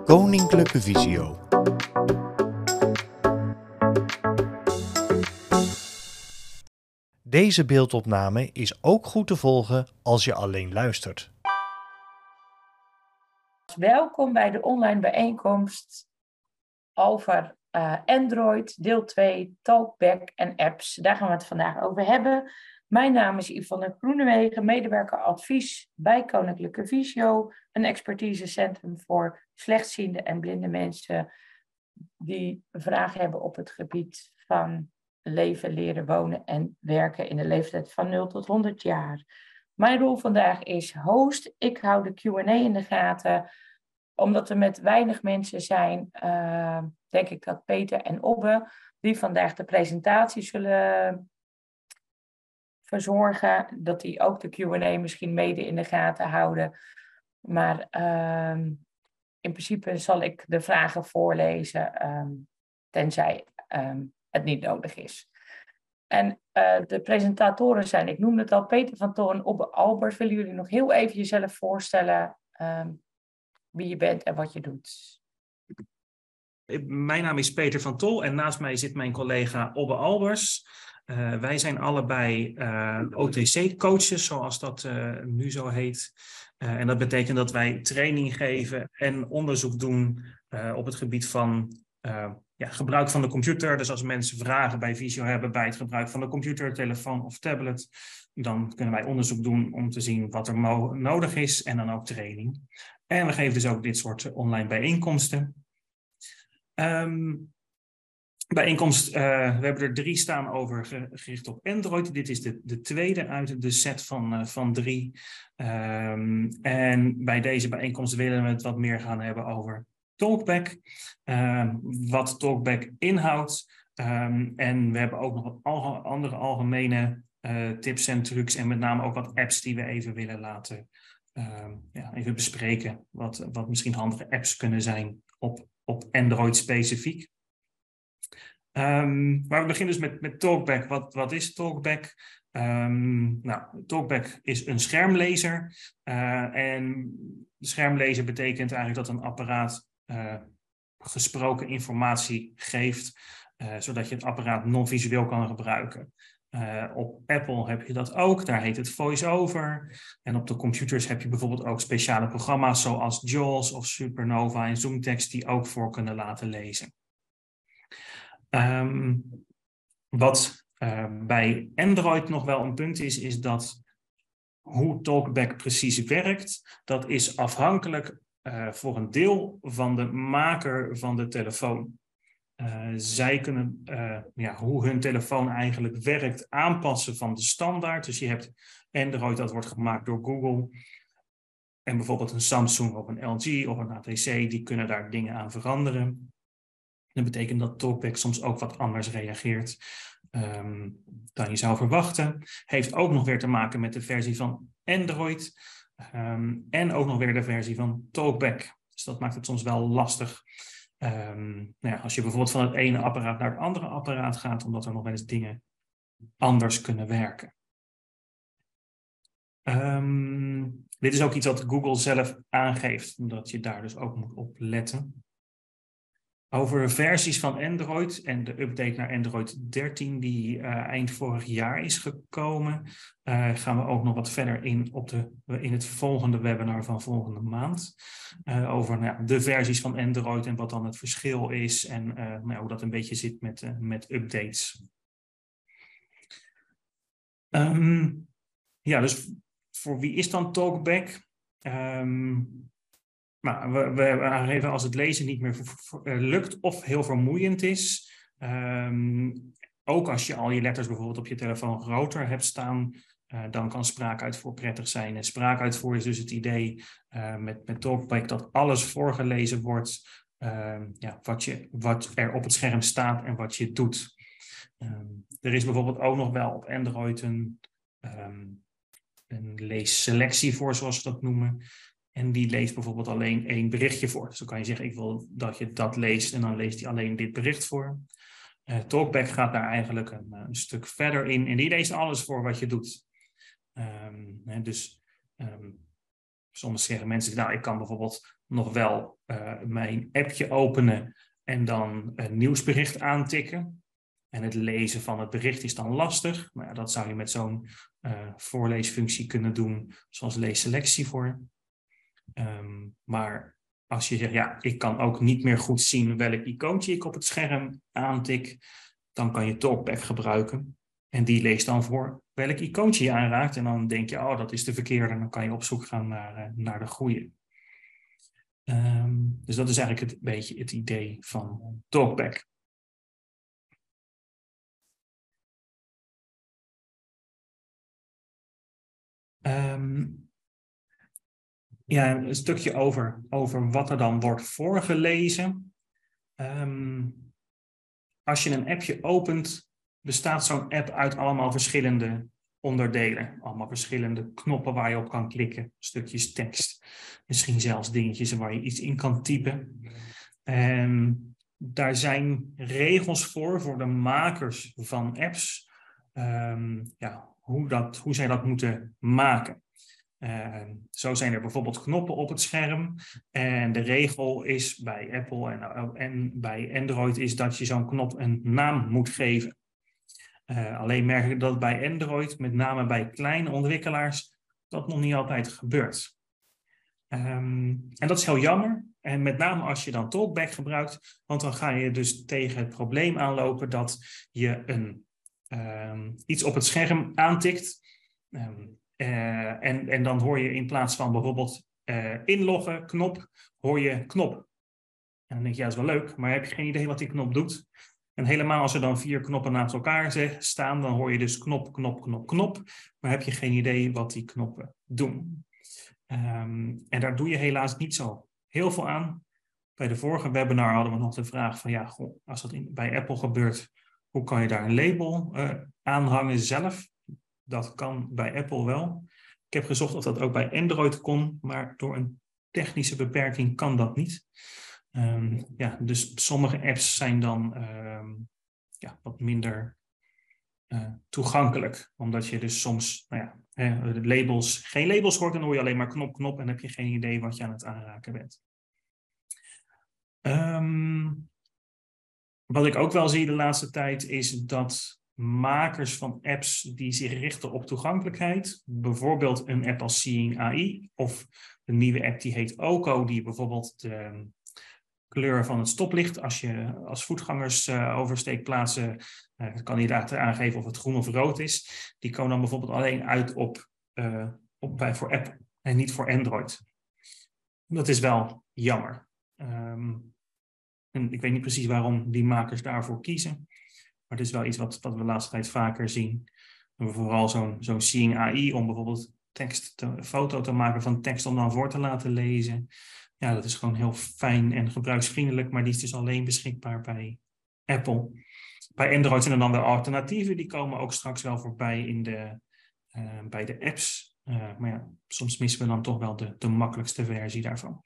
Koninklijke Visio. Deze beeldopname is ook goed te volgen als je alleen luistert. Welkom bij de online bijeenkomst over Android, deel 2, Talkback en apps. Daar gaan we het vandaag over hebben. Mijn naam is Yvonne Groenewegen, medewerker advies bij Koninklijke Visio, een expertisecentrum voor slechtziende en blinde mensen die vragen hebben op het gebied van leven, leren, wonen en werken in de leeftijd van 0 tot 100 jaar. Mijn rol vandaag is host. Ik hou de Q&A in de gaten. Omdat we met weinig mensen zijn, denk ik dat Peter en Obbe, die vandaag de presentatie zullen verzorgen, dat die ook de Q&A misschien mede in de gaten houden. Maar in principe zal ik de vragen voorlezen, tenzij het niet nodig is. En de presentatoren zijn, ik noemde het al, Peter van Tol en Obbe Albers. Willen jullie nog heel even jezelf voorstellen wie je bent en wat je doet? Mijn naam is Peter van Tol en naast mij zit mijn collega Obbe Albers. Wij zijn allebei OTC-coaches, zoals dat nu zo heet. En dat betekent dat wij training geven en onderzoek doen op het gebied van gebruik van de computer. Dus als mensen vragen bij Visio hebben bij het gebruik van de computer, telefoon of tablet, dan kunnen wij onderzoek doen om te zien wat er nodig is en dan ook training. En we geven dus ook dit soort online bijeenkomsten. Bijeenkomst, we hebben er 3 staan over gericht op Android. Dit is de tweede uit de set van 3. En bij deze bijeenkomst willen we het wat meer gaan hebben over Talkback. Wat Talkback inhoudt. En we hebben ook nog wat andere algemene tips en trucs. En met name ook wat apps die we even willen laten even bespreken. Wat misschien handige apps kunnen zijn op Android specifiek. Maar we beginnen dus met Talkback. Wat is Talkback? Talkback is een schermlezer. En schermlezer betekent eigenlijk dat een apparaat gesproken informatie geeft, zodat je het apparaat non-visueel kan gebruiken. Op Apple heb je dat ook, daar heet het VoiceOver. En op de computers heb je bijvoorbeeld ook speciale programma's zoals JAWS of Supernova en ZoomText die ook voor kunnen laten lezen. Wat bij Android nog wel een punt is dat hoe Talkback precies werkt, dat is afhankelijk voor een deel van de maker van de telefoon. Zij kunnen hoe hun telefoon eigenlijk werkt aanpassen van de standaard. Dus je hebt Android, dat wordt gemaakt door Google. En bijvoorbeeld een Samsung of een LG of een HTC, die kunnen daar dingen aan veranderen. Dat betekent dat Talkback soms ook wat anders reageert dan je zou verwachten. Heeft ook nog weer te maken met de versie van Android. En ook nog weer de versie van Talkback. Dus dat maakt het soms wel lastig. Als je bijvoorbeeld van het ene apparaat naar het andere apparaat gaat, omdat er nog wel eens dingen anders kunnen werken. Dit is ook iets wat Google zelf aangeeft, omdat je daar dus ook moet op letten. Over versies van Android en de update naar Android 13 die eind vorig jaar is gekomen, gaan we ook nog wat verder in het volgende webinar van volgende maand. Over de versies van Android en wat dan het verschil is en hoe dat een beetje zit met updates. Dus voor wie is dan Talkback? We aangeven als het lezen niet meer lukt of heel vermoeiend is. Ook als je al je letters bijvoorbeeld op je telefoon groter hebt staan, dan kan spraakuitvoer prettig zijn. En spraakuitvoer is dus het idee met Talkback dat alles voorgelezen wordt, wat er op het scherm staat en wat je doet. Er is bijvoorbeeld ook nog wel op Android een leesselectie voor, zoals we dat noemen. En die leest bijvoorbeeld alleen 1 berichtje voor. Dus dan kan je zeggen, ik wil dat je dat leest en dan leest hij alleen dit bericht voor. Talkback gaat daar eigenlijk een stuk verder in. En die leest alles voor wat je doet. Soms zeggen mensen, nou, ik kan bijvoorbeeld nog wel mijn appje openen en dan een nieuwsbericht aantikken. En het lezen van het bericht is dan lastig. Maar ja, dat zou je met zo'n voorleesfunctie kunnen doen, zoals leesselectie voor. Maar als je zegt, ja, ik kan ook niet meer goed zien welk icoontje ik op het scherm aantik, dan kan je TalkBack gebruiken. En die leest dan voor welk icoontje je aanraakt. En dan denk je, oh, dat is de verkeerde. En dan kan je op zoek gaan naar de goede. Dus dat is eigenlijk een beetje het idee van TalkBack. Ja, een stukje over wat er dan wordt voorgelezen. Als je een appje opent, bestaat zo'n app uit allemaal verschillende onderdelen. Allemaal verschillende knoppen waar je op kan klikken. Stukjes tekst. Misschien zelfs dingetjes waar je iets in kan typen. En daar zijn regels voor de makers van apps. Hoe zij dat moeten maken. Zo zijn er bijvoorbeeld knoppen op het scherm. En de regel is bij Apple en bij Android is dat je zo'n knop een naam moet geven. Alleen merk ik dat bij Android, met name bij kleine ontwikkelaars, dat nog niet altijd gebeurt. En dat is heel jammer. En met name als je dan TalkBack gebruikt, want dan ga je dus tegen het probleem aanlopen dat je iets op het scherm aantikt. En dan hoor je in plaats van bijvoorbeeld inloggen, knop, hoor je knop. En dan denk je, ja, dat is wel leuk, maar heb je geen idee wat die knop doet. En helemaal als er dan 4 knoppen naast elkaar staan, dan hoor je dus knop, knop, knop, knop. Maar heb je geen idee wat die knoppen doen. En daar doe je helaas niet zo heel veel aan. Bij de vorige webinar hadden we nog de vraag van, ja, goh, als dat bij Apple gebeurt, hoe kan je daar een label aanhangen zelf? Dat kan bij Apple wel. Ik heb gezocht of dat ook bij Android kon, maar door een technische beperking kan dat niet. Dus sommige apps zijn dan wat minder toegankelijk. Omdat je dus soms geen labels hoort, dan hoor je alleen maar knop, knop en heb je geen idee wat je aan het aanraken bent. Wat ik ook wel zie de laatste tijd is dat makers van apps die zich richten op toegankelijkheid, bijvoorbeeld een app als Seeing AI of een nieuwe app die heet Oko, die bijvoorbeeld de kleur van het stoplicht, als je als voetgangers oversteek plaatsen, kan je daar aangeven of het groen of rood is. Die komen dan bijvoorbeeld alleen uit voor Apple en niet voor Android. Dat is wel jammer. En ik weet niet precies waarom die makers daarvoor kiezen. Maar het is wel iets wat we de laatste tijd vaker zien. En vooral zo'n Seeing AI om bijvoorbeeld foto te maken van tekst om dan voor te laten lezen. Ja, dat is gewoon heel fijn en gebruiksvriendelijk, maar die is dus alleen beschikbaar bij Apple. Bij Android zijn er dan wel alternatieven, die komen ook straks wel voorbij bij de apps. Maar ja, soms missen we dan toch wel de makkelijkste versie daarvan.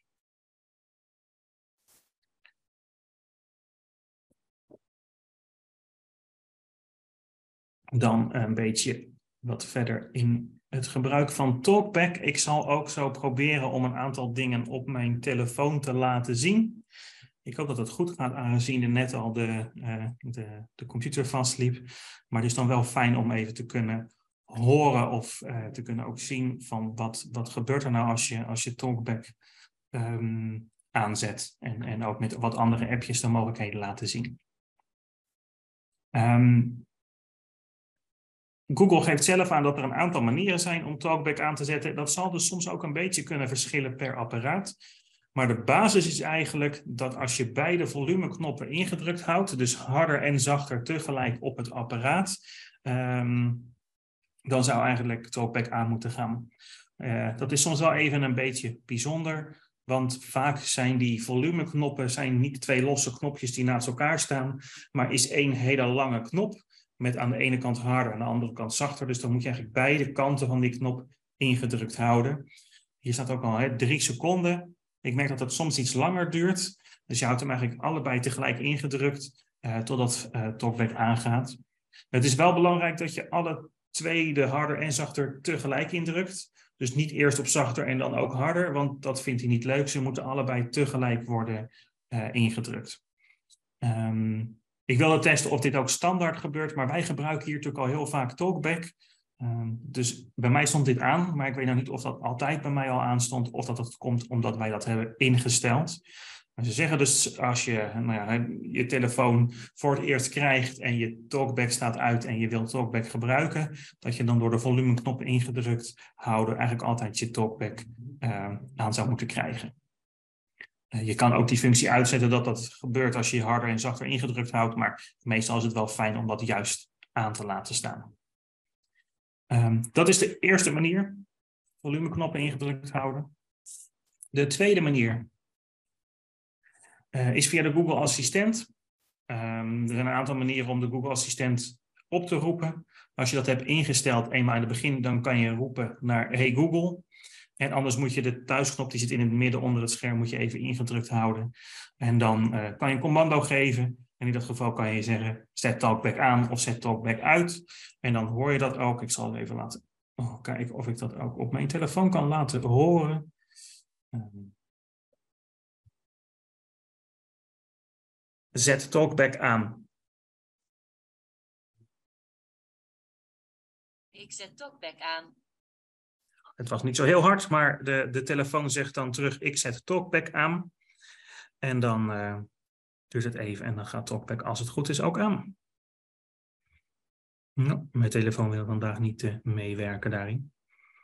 Dan een beetje wat verder in het gebruik van TalkBack. Ik zal ook zo proberen om een aantal dingen op mijn telefoon te laten zien. Ik hoop dat het goed gaat, aangezien er net al de computer vastliep. Maar het is dan wel fijn om even te kunnen horen of te kunnen ook zien van wat gebeurt er nou als je TalkBack aanzet. En ook met wat andere appjes de mogelijkheden laten zien. Google geeft zelf aan dat er een aantal manieren zijn om TalkBack aan te zetten. Dat zal dus soms ook een beetje kunnen verschillen per apparaat. Maar de basis is eigenlijk dat als je beide volumeknoppen ingedrukt houdt, dus harder en zachter tegelijk op het apparaat, dan zou eigenlijk TalkBack aan moeten gaan. Dat is soms wel even een beetje bijzonder, want vaak zijn die volumeknoppen niet 2 losse knopjes die naast elkaar staan, maar is 1 hele lange knop. Met aan de ene kant harder, aan de andere kant zachter. Dus dan moet je eigenlijk beide kanten van die knop ingedrukt houden. Hier staat ook al 3 seconden. Ik merk dat het soms iets langer duurt. Dus je houdt hem eigenlijk allebei tegelijk ingedrukt totdat TalkBack aangaat. Het is wel belangrijk dat je alle 2, de harder en zachter, tegelijk indrukt. Dus niet eerst op zachter en dan ook harder, want dat vindt hij niet leuk. Ze moeten allebei tegelijk worden ingedrukt. Ik wilde testen of dit ook standaard gebeurt, maar wij gebruiken hier natuurlijk al heel vaak TalkBack. Dus bij mij stond dit aan, maar ik weet nou niet of dat altijd bij mij al aanstond of dat het komt omdat wij dat hebben ingesteld. Maar ze zeggen dus als je je telefoon voor het eerst krijgt en je TalkBack staat uit en je wilt TalkBack gebruiken, dat je dan door de volumeknop ingedrukt houden eigenlijk altijd je TalkBack aan zou moeten krijgen. Je kan ook die functie uitzetten dat dat gebeurt als je je harder en zachter ingedrukt houdt, maar meestal is het wel fijn om dat juist aan te laten staan. Dat is de eerste manier, volumeknoppen ingedrukt houden. De tweede manier is via de Google Assistent. Er zijn een aantal manieren om de Google Assistent op te roepen. Als je dat hebt ingesteld eenmaal in het begin, dan kan je roepen naar Hey Google. En anders moet je de thuisknop, die zit in het midden onder het scherm, moet je even ingedrukt houden. En dan kan je een commando geven. En in dat geval kan je zeggen, zet TalkBack aan of zet TalkBack uit. En dan hoor je dat ook. Ik zal even laten kijken of ik dat ook op mijn telefoon kan laten horen. Zet TalkBack aan. Ik zet TalkBack aan. Het was niet zo heel hard, maar de telefoon zegt dan terug, ik zet TalkBack aan. En dan duurt het even en dan gaat TalkBack als het goed is ook aan. Nou, mijn telefoon wil vandaag niet meewerken daarin.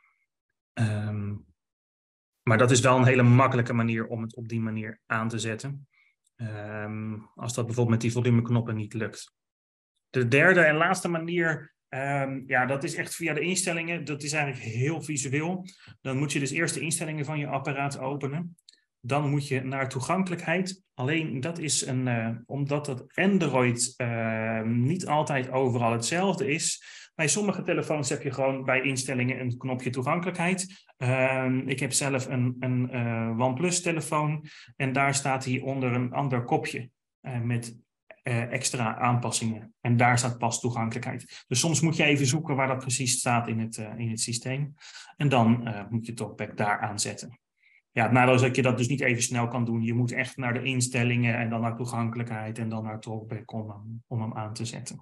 Maar dat is wel een hele makkelijke manier om het op die manier aan te zetten. Als dat bijvoorbeeld met die volumeknoppen niet lukt. De derde en laatste manier, dat is echt via de instellingen. Dat is eigenlijk heel visueel. Dan moet je dus eerst de instellingen van je apparaat openen. Dan moet je naar toegankelijkheid. Alleen dat is omdat het Android niet altijd overal hetzelfde is. Bij sommige telefoons heb je gewoon bij instellingen een knopje toegankelijkheid. Ik heb zelf een OnePlus telefoon en daar staat hij onder een ander kopje met extra aanpassingen. En daar staat pas toegankelijkheid. Dus soms moet je even zoeken waar dat precies staat in het systeem. En dan moet je TalkBack daar aanzetten. Ja, het nadeel is dat je dat dus niet even snel kan doen. Je moet echt naar de instellingen en dan naar toegankelijkheid en dan naar TalkBack om hem aan te zetten.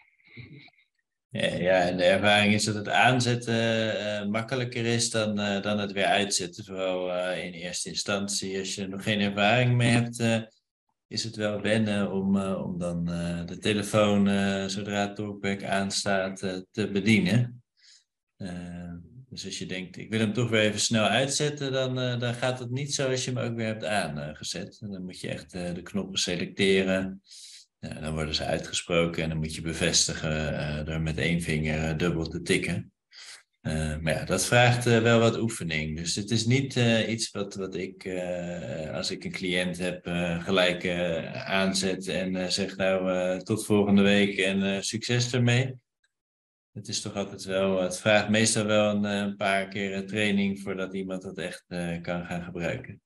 Ja, en de ervaring is dat het aanzetten makkelijker is dan het weer uitzetten. Vooral in eerste instantie. Als je er nog geen ervaring mee hebt, is het wel wennen om dan de telefoon, zodra TalkBack aanstaat, te bedienen. Dus als je denkt, ik wil hem toch weer even snel uitzetten, dan gaat het niet zoals je hem ook weer hebt aangezet. En dan moet je echt de knoppen selecteren. Dan worden ze uitgesproken en dan moet je bevestigen door met één vinger dubbel te tikken. Maar ja, dat vraagt wel wat oefening. Dus het is niet iets wat ik, als ik een cliënt heb, gelijk aanzet en zeg nou tot volgende week en succes ermee. Het is toch altijd wel, het vraagt meestal wel een paar keer training voordat iemand dat echt kan gaan gebruiken.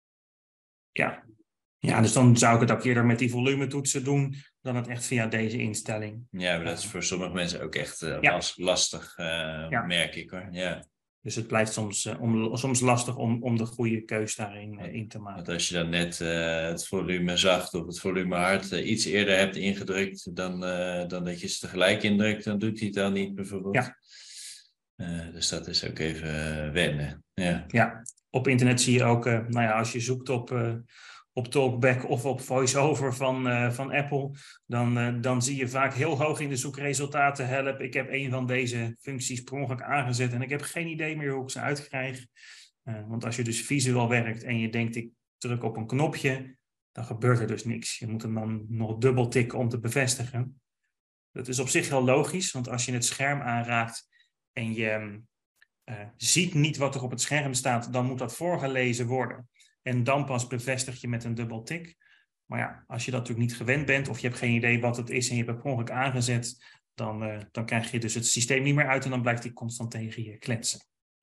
Ja, dus dan zou ik het ook eerder met die volumetoetsen doen dan het echt via deze instelling. Ja, maar dat is voor sommige mensen ook echt lastig, merk ik hoor. Ja. Dus het blijft soms lastig om de goede keus daarin in te maken. Want als je dan net het volume zacht of het volume hard iets eerder hebt ingedrukt dan dat je ze tegelijk indrukt, dan doet hij het dan niet bijvoorbeeld. Ja. Dus dat is ook even wennen. Ja, op internet zie je ook, als je zoekt op TalkBack of op VoiceOver van Apple, dan zie je vaak heel hoog in de zoekresultaten help. Ik heb een van deze functies per ongeluk aangezet en ik heb geen idee meer hoe ik ze uitkrijg. Want als je dus visueel werkt en je denkt ik druk op een knopje, dan gebeurt er dus niks. Je moet hem dan nog dubbel tikken om te bevestigen. Dat is op zich heel logisch, want als je het scherm aanraakt en je ziet niet wat er op het scherm staat, dan moet dat voorgelezen worden. En dan pas bevestig je met een dubbel tik. Maar ja, als je dat natuurlijk niet gewend bent of je hebt geen idee wat het is en je hebt het per ongeluk aangezet, dan krijg je dus het systeem niet meer uit en dan blijft hij constant tegen je kletsen.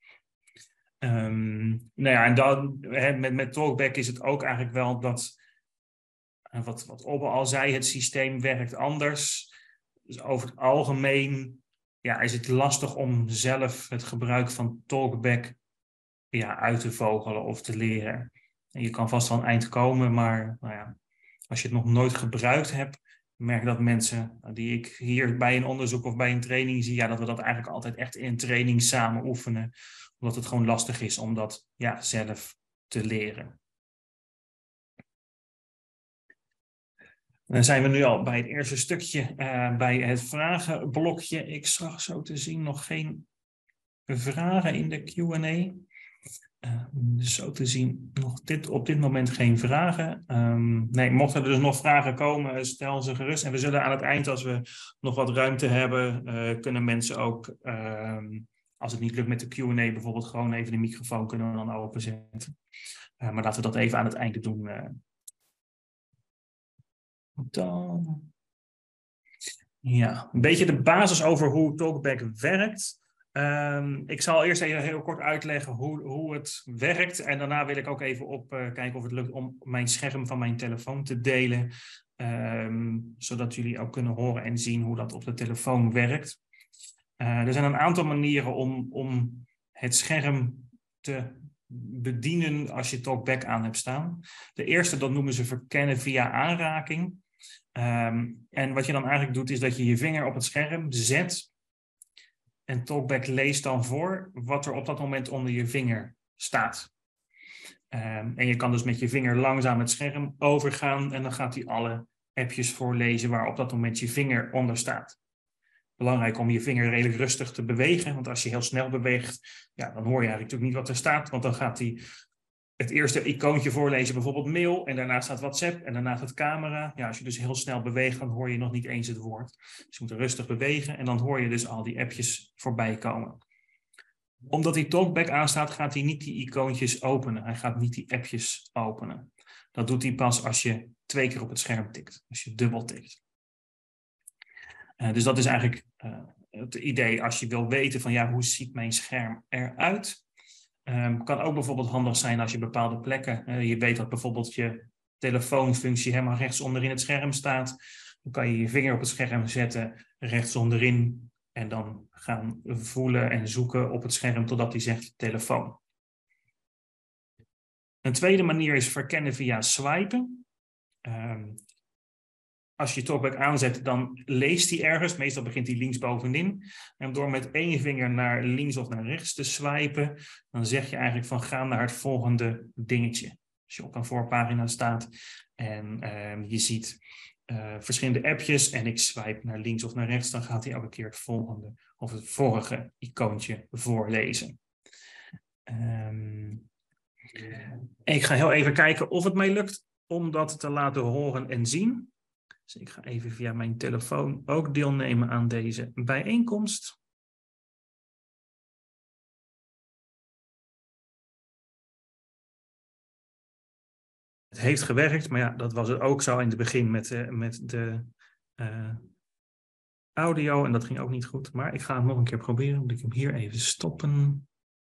En dan met TalkBack is het ook eigenlijk wel dat, wat Obbe al zei, het systeem werkt anders. Dus over het algemeen is het lastig om zelf het gebruik van Talkback uit te vogelen of te leren. En je kan vast wel een eind komen, maar als je het nog nooit gebruikt hebt, merk dat mensen die ik hier bij een onderzoek of bij een training zie, dat we dat eigenlijk altijd echt in een training samen oefenen, omdat het gewoon lastig is om dat zelf te leren. Dan zijn we nu al bij het eerste stukje, bij het vragenblokje. Ik zag zo te zien nog geen vragen in de Q&A. Dus zo te zien nog op dit moment geen vragen. Nee, mochten er dus nog vragen komen, stel ze gerust. En we zullen aan het eind, als we nog wat ruimte hebben, kunnen mensen ook, als het niet lukt met de Q&A bijvoorbeeld, gewoon even de microfoon kunnen we dan openzetten. Maar laten we dat even aan het einde doen. Dan. Ja, een beetje de basis over hoe Talkback werkt. Ik zal eerst even heel kort uitleggen hoe het werkt. En daarna wil ik ook even kijken of het lukt om mijn scherm van mijn telefoon te delen. Zodat jullie ook kunnen horen en zien hoe dat op de telefoon werkt. Er zijn een aantal manieren om het scherm te bedienen als je Talkback aan hebt staan. De eerste, dat noemen ze verkennen via aanraking. En wat je dan eigenlijk doet, is dat je je vinger op het scherm zet. En Talkback leest dan voor wat er op dat moment onder je vinger staat. En je kan dus met je vinger langzaam het scherm overgaan. En dan gaat hij alle appjes voorlezen waar op dat moment je vinger onder staat. Belangrijk om je vinger redelijk rustig te bewegen. Want als je heel snel beweegt, dan hoor je eigenlijk natuurlijk niet wat er staat. Want dan gaat hij het eerste icoontje voorlezen, bijvoorbeeld mail. En daarna staat WhatsApp en daarna staat camera. Als je dus heel snel beweegt, dan hoor je nog niet eens het woord. Dus je moet rustig bewegen en dan hoor je dus al die appjes voorbij komen. Omdat die Talkback aanstaat, gaat hij niet die icoontjes openen. Hij gaat niet die appjes openen. Dat doet hij pas als je 2 keer op het scherm tikt. Als je dubbel tikt. Dus dat is eigenlijk het idee als je wil weten van hoe ziet mijn scherm eruit. Kan ook bijvoorbeeld handig zijn als je bepaalde plekken, je weet dat bijvoorbeeld je telefoonfunctie helemaal rechts onderin het scherm staat. Dan kan je je vinger op het scherm zetten, rechts onderin. En dan gaan voelen en zoeken op het scherm totdat hij zegt telefoon. Een tweede manier is verkennen via swipen. Als je Talkback aanzet, dan leest hij ergens. Meestal begint hij linksbovenin. En door met 1 vinger naar links of naar rechts te swipen, dan zeg je eigenlijk van ga naar het volgende dingetje. Als je op een voorpagina staat en je ziet verschillende appjes en ik swipe naar links of naar rechts, dan gaat hij elke keer het volgende of het vorige icoontje voorlezen. Ik ga heel even kijken of het mij lukt om dat te laten horen en zien. Dus ik ga even via mijn telefoon ook deelnemen aan deze bijeenkomst. Het heeft gewerkt, maar dat was het ook zo in het begin met de audio. En dat ging ook niet goed. Maar ik ga het nog een keer proberen. Moet ik hem hier even stoppen.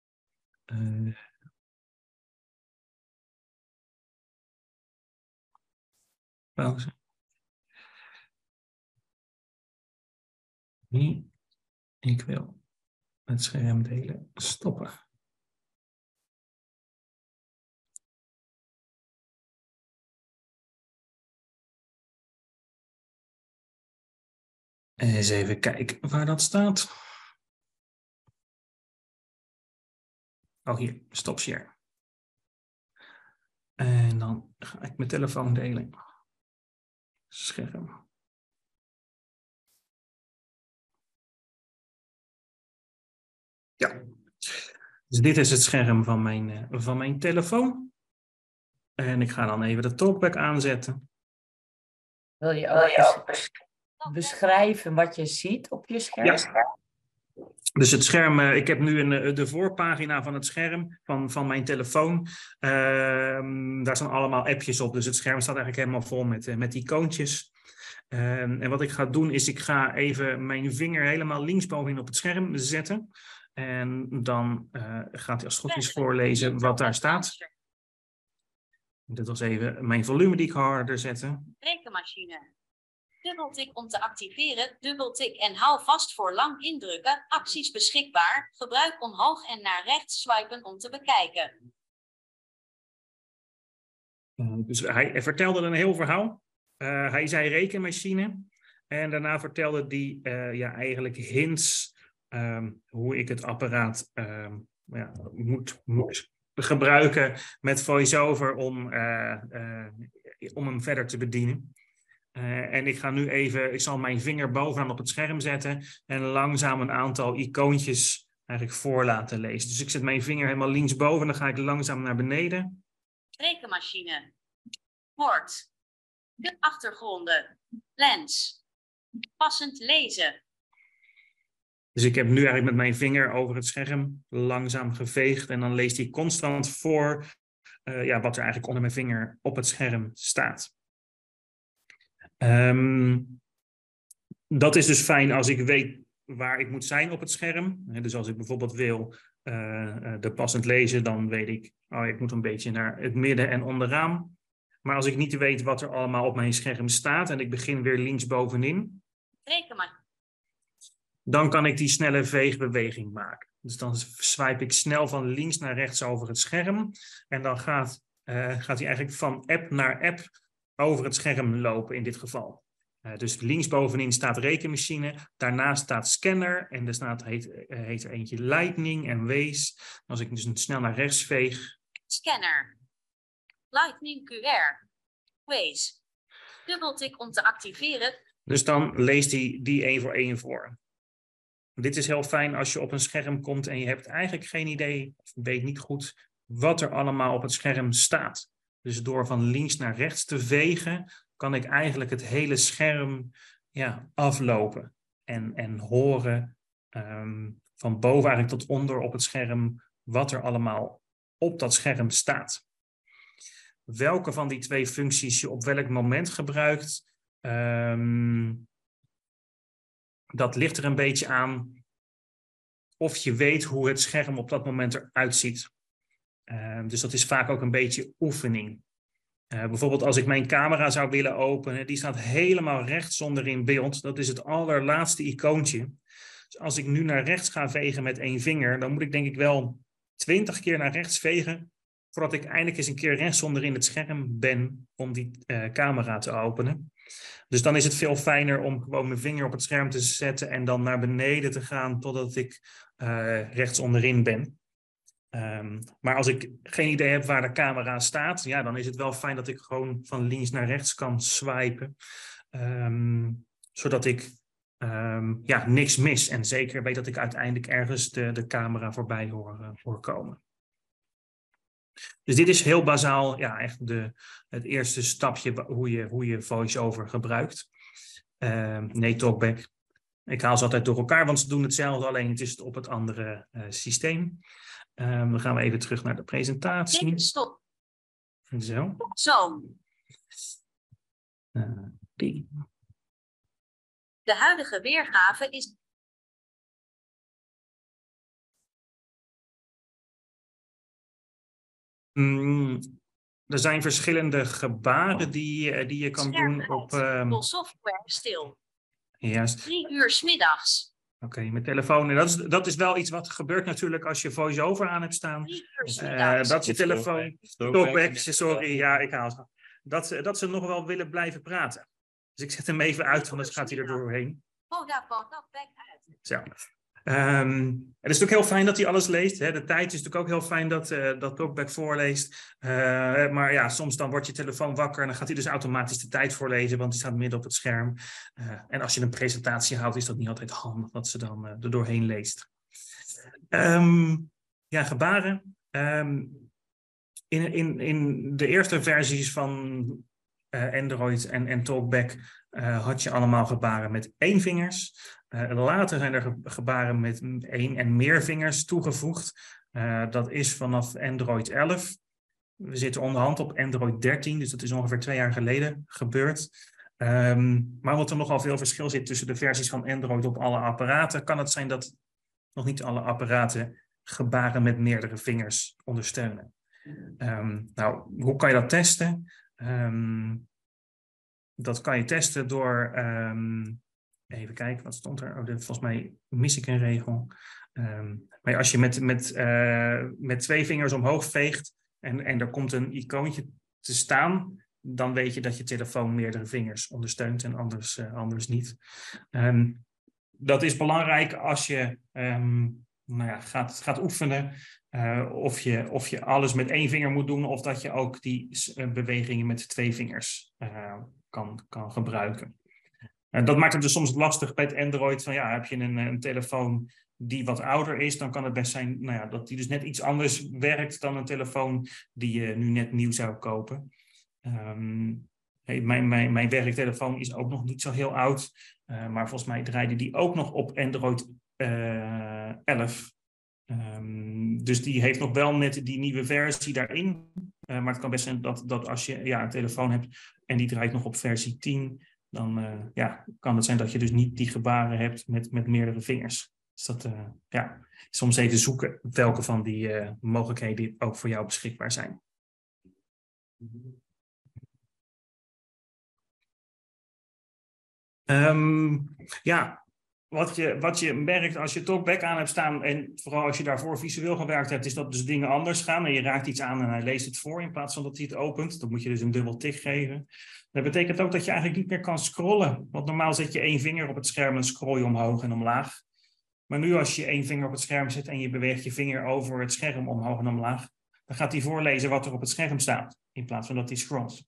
Pauze. Ik wil het scherm delen stoppen. Eens even kijken waar dat staat. Oh, hier, stop share. En dan ga ik mijn telefoon delen. Scherm. Ja, dus dit is het scherm van mijn telefoon. En ik ga dan even de Talkback aanzetten. Wil je ook beschrijven wat je ziet op je scherm? Ja. Dus het scherm, ik heb nu de voorpagina van het scherm van mijn telefoon. Daar staan allemaal appjes op. Dus het scherm staat eigenlijk helemaal vol met icoontjes. En wat ik ga doen is, ik ga even mijn vinger helemaal linksbovenin op het scherm zetten. En dan gaat hij als het goed is voorlezen wat daar staat. Dit was even mijn volume die ik harder zette. Rekenmachine. Dubbeltik om te activeren. Dubbeltik en hou vast voor lang indrukken. Acties beschikbaar. Gebruik omhoog en naar rechts swipen om te bekijken. Dus hij vertelde een heel verhaal. Hij zei rekenmachine. En daarna vertelde hij eigenlijk hints hoe ik het apparaat moet gebruiken met VoiceOver om hem verder te bedienen. En ik ga nu ik zal mijn vinger bovenaan op het scherm zetten en langzaam een aantal icoontjes eigenlijk voor laten lezen. Dus ik zet mijn vinger helemaal linksboven en dan ga ik langzaam naar beneden. Rekenmachine. Woord. De achtergronden. Lens. Passend lezen. Dus ik heb nu eigenlijk met mijn vinger over het scherm langzaam geveegd en dan leest hij constant voor wat er eigenlijk onder mijn vinger op het scherm staat. Dat is dus fijn als ik weet waar ik moet zijn op het scherm. Dus als ik bijvoorbeeld wil de passend lezen, dan weet ik, ik moet een beetje naar het midden en onderaan. Maar als ik niet weet wat er allemaal op mijn scherm staat en ik begin weer linksbovenin, dan kan ik die snelle veegbeweging maken. Dus dan swipe ik snel van links naar rechts over het scherm. En dan gaat hij eigenlijk van app naar app over het scherm lopen in dit geval. Dus linksbovenin staat rekenmachine, daarnaast staat scanner en er heet er eentje Lightning en Waze. Als ik dus snel naar rechts veeg. Scanner. Lightning QR. Waze. Dubbeltik om te activeren. Dus dan leest hij die één voor één voor. Dit is heel fijn als je op een scherm komt en je hebt eigenlijk geen idee, of weet niet goed, wat er allemaal op het scherm staat. Dus door van links naar rechts te vegen, kan ik eigenlijk het hele scherm aflopen. En horen van boven eigenlijk tot onder op het scherm wat er allemaal op dat scherm staat. Welke van die twee functies je op welk moment gebruikt, dat ligt er een beetje aan of je weet hoe het scherm op dat moment eruit ziet. Dus dat is vaak ook een beetje oefening. Bijvoorbeeld als ik mijn camera zou willen openen, die staat helemaal rechts onder in beeld. Dat is het allerlaatste icoontje. Dus als ik nu naar rechts ga vegen met één vinger, dan moet ik denk ik wel 20 keer naar rechts vegen, voordat ik eindelijk eens een keer rechtsonder in het scherm ben om die camera te openen. Dus dan is het veel fijner om gewoon mijn vinger op het scherm te zetten en dan naar beneden te gaan totdat ik rechts onderin ben. Maar als ik geen idee heb waar de camera staat, dan is het wel fijn dat ik gewoon van links naar rechts kan swipen. Zodat ik niks mis en zeker weet dat ik uiteindelijk ergens de camera voorbij hoor komen. Dus dit is heel bazaal, echt het eerste stapje hoe je VoiceOver gebruikt. TalkBack. Ik haal ze altijd door elkaar, want ze doen hetzelfde, alleen het is op het andere systeem. Dan gaan we even terug naar de presentatie. Stop. Zo. Die. De huidige weergave is... Er zijn verschillende gebaren die je kan doen op... software stil. Juist. 3 uur 's middags. Oké, met telefoon. En dat is wel iets wat gebeurt natuurlijk als je VoiceOver aan hebt staan. 3 uur 's middags. Dat je telefoon... TalkBack, sorry, ik haal het. Dat ze nog wel willen blijven praten. Dus ik zet hem even uit, want anders gaat hij er doorheen. Vodafone, TalkBack uit. Zo. Het is natuurlijk heel fijn dat hij alles leest. Hè. De tijd is natuurlijk ook heel fijn dat TalkBack voorleest. Maar soms dan wordt je telefoon wakker en dan gaat hij dus automatisch de tijd voorlezen, want die staat midden op het scherm. En als je een presentatie houdt, is dat niet altijd handig dat ze dan er doorheen leest. Gebaren. In de eerste versies van Android en TalkBack had je allemaal gebaren met 1 vingers. Later zijn er gebaren met 1 en meer vingers toegevoegd. Dat is vanaf Android 11. We zitten onderhand op Android 13, dus dat is ongeveer 2 jaar geleden gebeurd. Maar omdat er nogal veel verschil zit tussen de versies van Android op alle apparaten, kan het zijn dat nog niet alle apparaten gebaren met meerdere vingers ondersteunen. Hoe kan je dat testen? Dat kan je testen door, even kijken, wat stond er? Volgens mij mis ik een regel. Maar als je met 2 vingers omhoog veegt en er komt een icoontje te staan, dan weet je dat je telefoon meerdere vingers ondersteunt en anders niet. Dat is belangrijk als je gaat oefenen. Of je alles met 1 vinger moet doen, of dat je ook die bewegingen met 2 vingers kan gebruiken. Dat maakt het dus soms lastig bij het Android. Heb je een telefoon die wat ouder is, dan kan het best zijn dat die dus net iets anders werkt dan een telefoon die je nu net nieuw zou kopen. Mijn werktelefoon is ook nog niet zo heel oud, maar volgens mij draaide die ook nog op Android 11. Dus die heeft nog wel net die nieuwe versie daarin. Maar het kan best zijn dat als je een telefoon hebt en die draait nog op versie 10, dan kan het zijn dat je dus niet die gebaren hebt met meerdere vingers. Dus dat soms even zoeken welke van die mogelijkheden ook voor jou beschikbaar zijn. Wat je merkt als je TalkBack aan hebt staan, en vooral als je daarvoor visueel gewerkt hebt, is dat dus dingen anders gaan. En je raakt iets aan en hij leest het voor in plaats van dat hij het opent. Dan moet je dus een dubbel tik geven. Dat betekent ook dat je eigenlijk niet meer kan scrollen. Want normaal zet je 1 vinger op het scherm en scroll je omhoog en omlaag. Maar nu als je 1 vinger op het scherm zet en je beweegt je vinger over het scherm omhoog en omlaag, dan gaat hij voorlezen wat er op het scherm staat, in plaats van dat hij scrolt.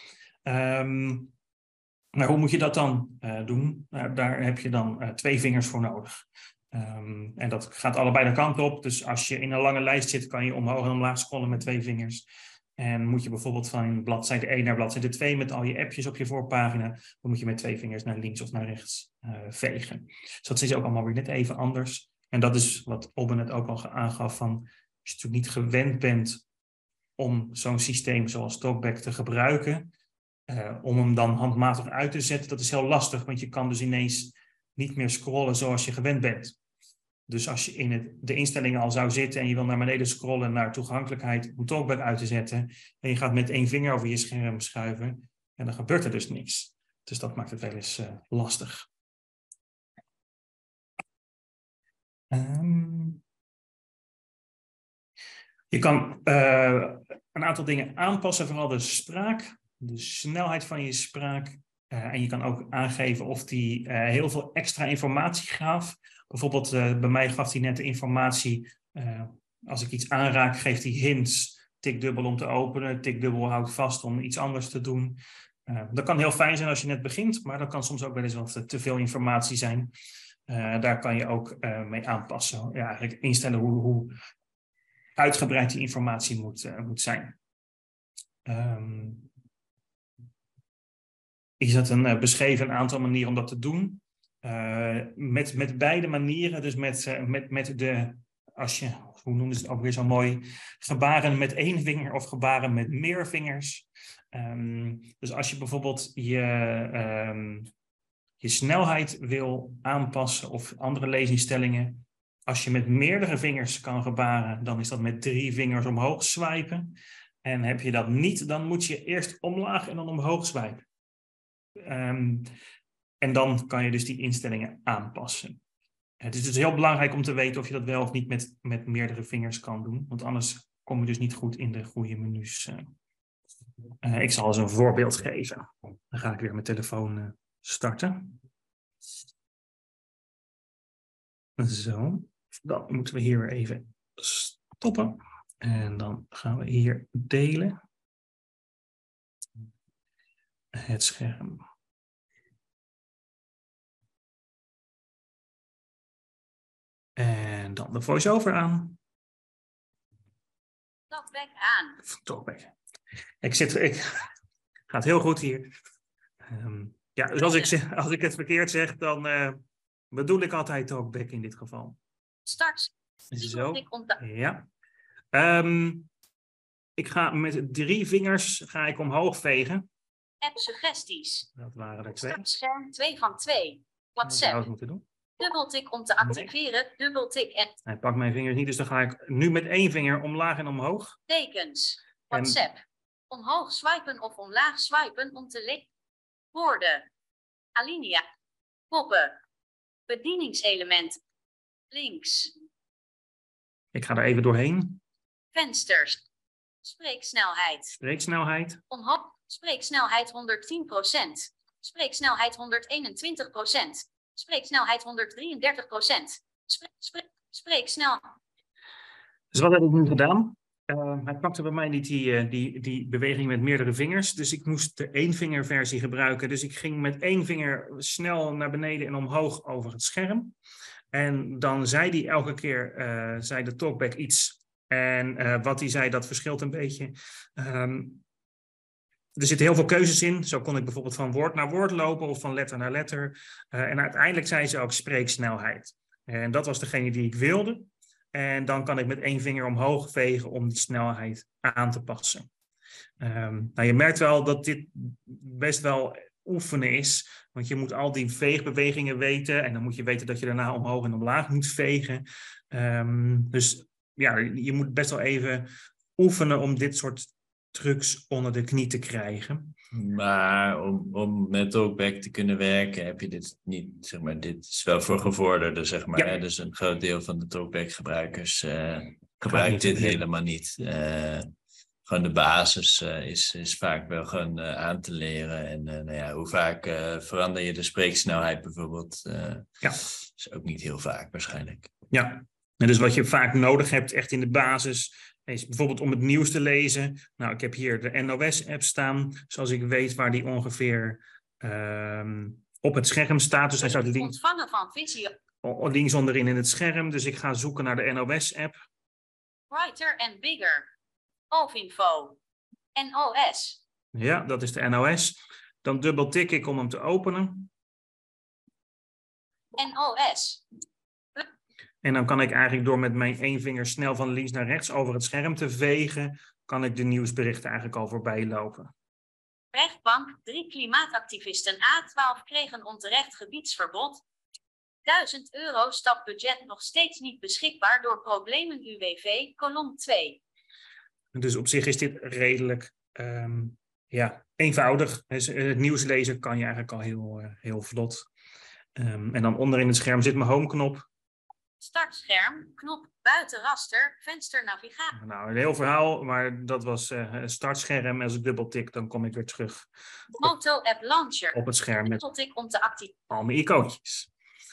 Maar hoe moet je dat dan doen? Daar heb je dan 2 vingers voor nodig. En dat gaat allebei de kant op. Dus als je in een lange lijst zit, kan je omhoog en omlaag scrollen met 2 vingers. En moet je bijvoorbeeld van bladzijde 1 naar bladzijde 2 met al je appjes op je voorpagina, dan moet je met 2 vingers naar links of naar rechts vegen. Dus dat is ook allemaal weer net even anders. En dat is wat Obbe net ook al aangaf van, als je natuurlijk niet gewend bent om zo'n systeem zoals TalkBack te gebruiken, om hem dan handmatig uit te zetten, dat is heel lastig, want je kan dus ineens niet meer scrollen zoals je gewend bent. Dus als je in de instellingen al zou zitten en je wil naar beneden scrollen naar toegankelijkheid om TalkBack uit te zetten, en je gaat met 1 vinger over je scherm schuiven, en dan gebeurt er dus niks. Dus dat maakt het wel eens lastig. Je kan een aantal dingen aanpassen, vooral de spraak, de snelheid van je spraak. En je kan ook aangeven of die heel veel extra informatie gaf. Bijvoorbeeld bij mij gaf hij net de informatie, als ik iets aanraak, geeft hij hints. Tik dubbel om te openen, tik dubbel houdt vast om iets anders te doen. Dat kan heel fijn zijn als je net begint, maar dat kan soms ook wel eens wat te veel informatie zijn. Daar kan je ook mee aanpassen. Ja, eigenlijk instellen hoe uitgebreid die informatie moet zijn. Is dat beschreven een aantal manieren om dat te doen. Met beide manieren, dus met de, hoe noemen ze het ook weer zo mooi, gebaren met 1 vinger of gebaren met meer vingers. Dus als je bijvoorbeeld je snelheid wil aanpassen of andere leesinstellingen, als je met meerdere vingers kan gebaren, dan is dat met 3 vingers omhoog swipen. En heb je dat niet, dan moet je eerst omlaag en dan omhoog swipen. En dan kan je dus die instellingen aanpassen. Het is dus heel belangrijk om te weten of je dat wel of niet met meerdere vingers kan doen. Want anders kom je dus niet goed in de goede menus. Ik zal eens een voorbeeld geven. Dan ga ik weer mijn telefoon starten. Zo. Dan moeten we hier weer even stoppen. En dan gaan we hier delen. Het scherm. En dan de voice-over aan. TalkBack aan. TalkBack. Gaat heel goed hier. Dus als ik het verkeerd zeg, dan bedoel ik altijd TalkBack in dit geval. Start. Zo. Ja. Ik ga met 3 vingers omhoog vegen. App suggesties. Dat waren er 2. Startscherm 2 van 2. WhatsApp. Dat zou ik moeten doen. Dubbeltik om te activeren. Dubbeltik en Hij pakt mijn vingers niet, dus dan ga ik nu met 1 vinger omlaag en omhoog. tekens. WhatsApp. Omhoog swipen of omlaag swipen om te Woorden. Alinea. Koppen. Bedieningselement. Links. Ik ga er even doorheen. Vensters. Spreeksnelheid. Spreeksnelheid. Spreeksnelheid 110%. Spreeksnelheid 121%. Spreeksnelheid 133%. Spreeksnel. Dus wat heb ik nu gedaan? Hij pakte bij mij niet die beweging met meerdere vingers. Dus ik moest de éénvingerversie gebruiken. Dus ik ging met één vinger snel naar beneden en omhoog over het scherm. En dan zei hij elke keer, zei de talkback iets. En wat hij zei, dat verschilt een beetje. Er zitten heel veel keuzes in. Zo kon ik bijvoorbeeld van woord naar woord lopen of van letter naar letter. En uiteindelijk zei ze ook spreeksnelheid. En dat was degene die ik wilde. En dan kan ik met één vinger omhoog vegen om die snelheid aan te passen. Nou, je merkt wel dat dit best wel oefenen is. Want je moet al die veegbewegingen weten. En dan moet je weten dat je daarna omhoog en omlaag moet vegen. Dus ja, je moet best wel even oefenen om dit soort trucs onder de knie te krijgen. Maar om met talkback te kunnen werken heb je dit niet, zeg maar, dit is wel voor gevorderden, zeg maar. Ja. Hè? Dus een groot deel van de talkback gebruikers gebruikt dit helemaal niet. Gewoon de basis is vaak wel gewoon aan te leren. En nou ja, hoe vaak verander je de spreeksnelheid bijvoorbeeld? Ja. Is ook niet heel vaak waarschijnlijk. Ja, en dus wat je vaak nodig hebt echt in de basis is bijvoorbeeld om het nieuws te lezen. Nou, ik heb hier de NOS-app staan, zoals ik weet waar die ongeveer op het scherm staat. Dus hij staat Ontvangen van visie. links onderin in het scherm. Dus ik ga zoeken naar de NOS-app. Brighter and bigger. Ovinfo. NOS. Ja, dat is de NOS. Dan dubbeltik ik om hem te openen. NOS. En dan kan ik eigenlijk door met mijn één vinger snel van links naar rechts over het scherm te vegen, kan ik de nieuwsberichten eigenlijk al voorbij lopen. Rechtbank. 3 klimaatactivisten A12 kregen onterecht gebiedsverbod. €1000 stapbudget nog steeds niet beschikbaar door problemen UWV, kolom 2. Dus op zich is dit redelijk eenvoudig. Dus, het nieuws lezen kan je eigenlijk al heel vlot. En dan onderin het scherm zit mijn homeknop. Startscherm, knop, buiten raster, venster navigatie. Nou, een heel verhaal, maar dat was startscherm. Als ik dubbeltik, dan kom ik weer terug Moto app launcher. op het scherm met Dubbeltik om te activeren. al mijn icoontjes.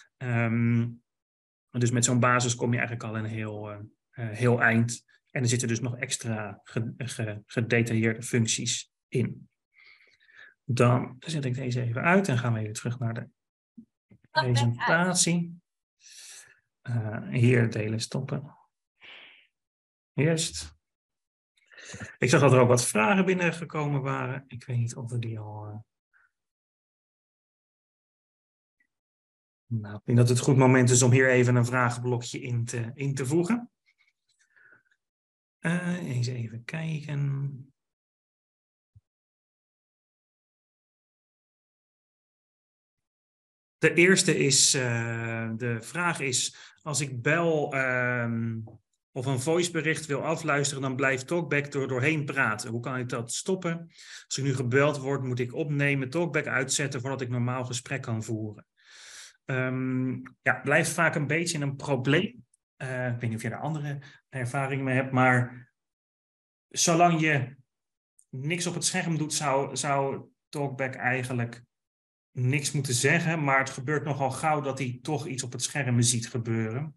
Dus met zo'n basis kom je eigenlijk al een heel eind. En er zitten dus nog extra gedetailleerde functies in. Dan zet ik deze even uit en gaan we even terug naar de presentatie. Hier delen stoppen. Eerst. Ik zag dat er ook wat vragen binnengekomen waren. Ik weet niet of we die al... Nou, ik denk dat het een goed moment is om hier even een vragenblokje in te voegen. Eens even kijken. De eerste is, de vraag is, als ik bel of een voicebericht wil afluisteren, dan blijft Talkback doorheen praten. Hoe kan ik dat stoppen? Als ik nu gebeld word, moet ik opnemen, Talkback uitzetten voordat ik normaal gesprek kan voeren. Blijft vaak een beetje een probleem. Ik weet niet of je daar andere ervaringen mee hebt, maar zolang je niks op het scherm doet, zou Talkback eigenlijk niks moeten zeggen, maar het gebeurt nogal gauw dat hij toch iets op het scherm ziet gebeuren.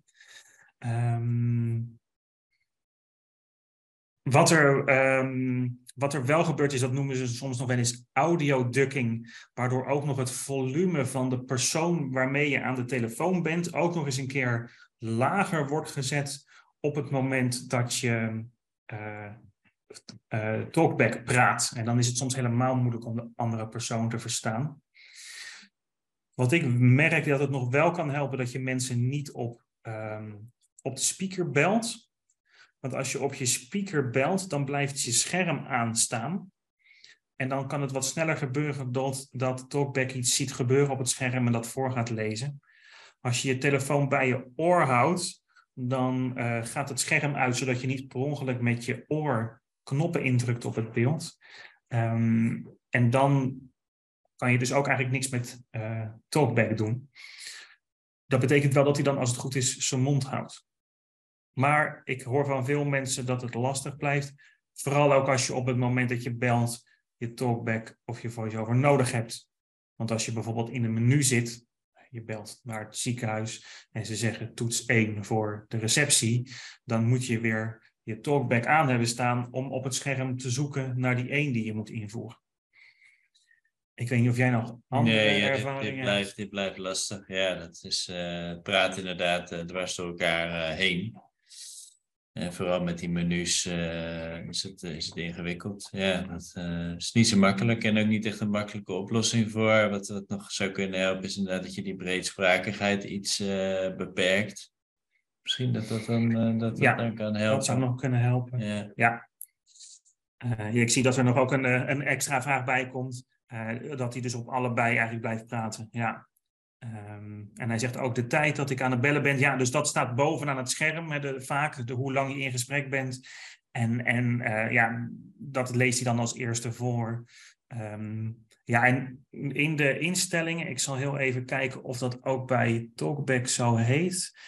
Wat er wel gebeurt is, dat noemen ze soms nog wel eens audio-ducking, waardoor ook nog het volume van de persoon waarmee je aan de telefoon bent ook nog eens een keer lager wordt gezet op het moment dat je Talkback praat. En dan is het soms helemaal moeilijk om de andere persoon te verstaan. Wat ik merk dat het nog wel kan helpen dat je mensen niet op de speaker belt. Want als je op je speaker belt, dan blijft je scherm aanstaan. En dan kan het wat sneller gebeuren dat Talkback iets ziet gebeuren op het scherm en dat voor gaat lezen. Als je je telefoon bij je oor houdt, dan gaat het scherm uit, zodat je niet per ongeluk met je oor knoppen indrukt op het beeld. En dan kan je dus ook eigenlijk niks met TalkBack doen. Dat betekent wel dat hij dan, als het goed is, zijn mond houdt. Maar ik hoor van veel mensen dat het lastig blijft. Vooral ook als je op het moment dat je belt, je TalkBack of je VoiceOver nodig hebt. Want als je bijvoorbeeld in een menu zit, je belt naar het ziekenhuis en ze zeggen toets 1 voor de receptie, dan moet je weer je TalkBack aan hebben staan om op het scherm te zoeken naar die 1 die je moet invoeren. Ik weet niet of jij nog andere ervaringen hebt. Dit blijft lastig. Ja, dat is praat inderdaad dwars door elkaar heen. En vooral met die menus is het ingewikkeld. Ja, dat is niet zo makkelijk en ook niet echt een makkelijke oplossing voor. Wat nog zou kunnen helpen is inderdaad dat je die breedsprakigheid iets beperkt. Misschien dat dan kan helpen. Dat zou nog kunnen helpen. Ja. Ik zie dat er nog ook een extra vraag bij komt. Dat hij dus op allebei eigenlijk blijft praten. Ja. En hij zegt ook de tijd dat ik aan het bellen ben. Ja, dus dat staat bovenaan het scherm. Vaak hoe lang je in gesprek bent. En dat leest hij dan als eerste voor. En in de instellingen, ik zal heel even kijken of dat ook bij TalkBack zo heet.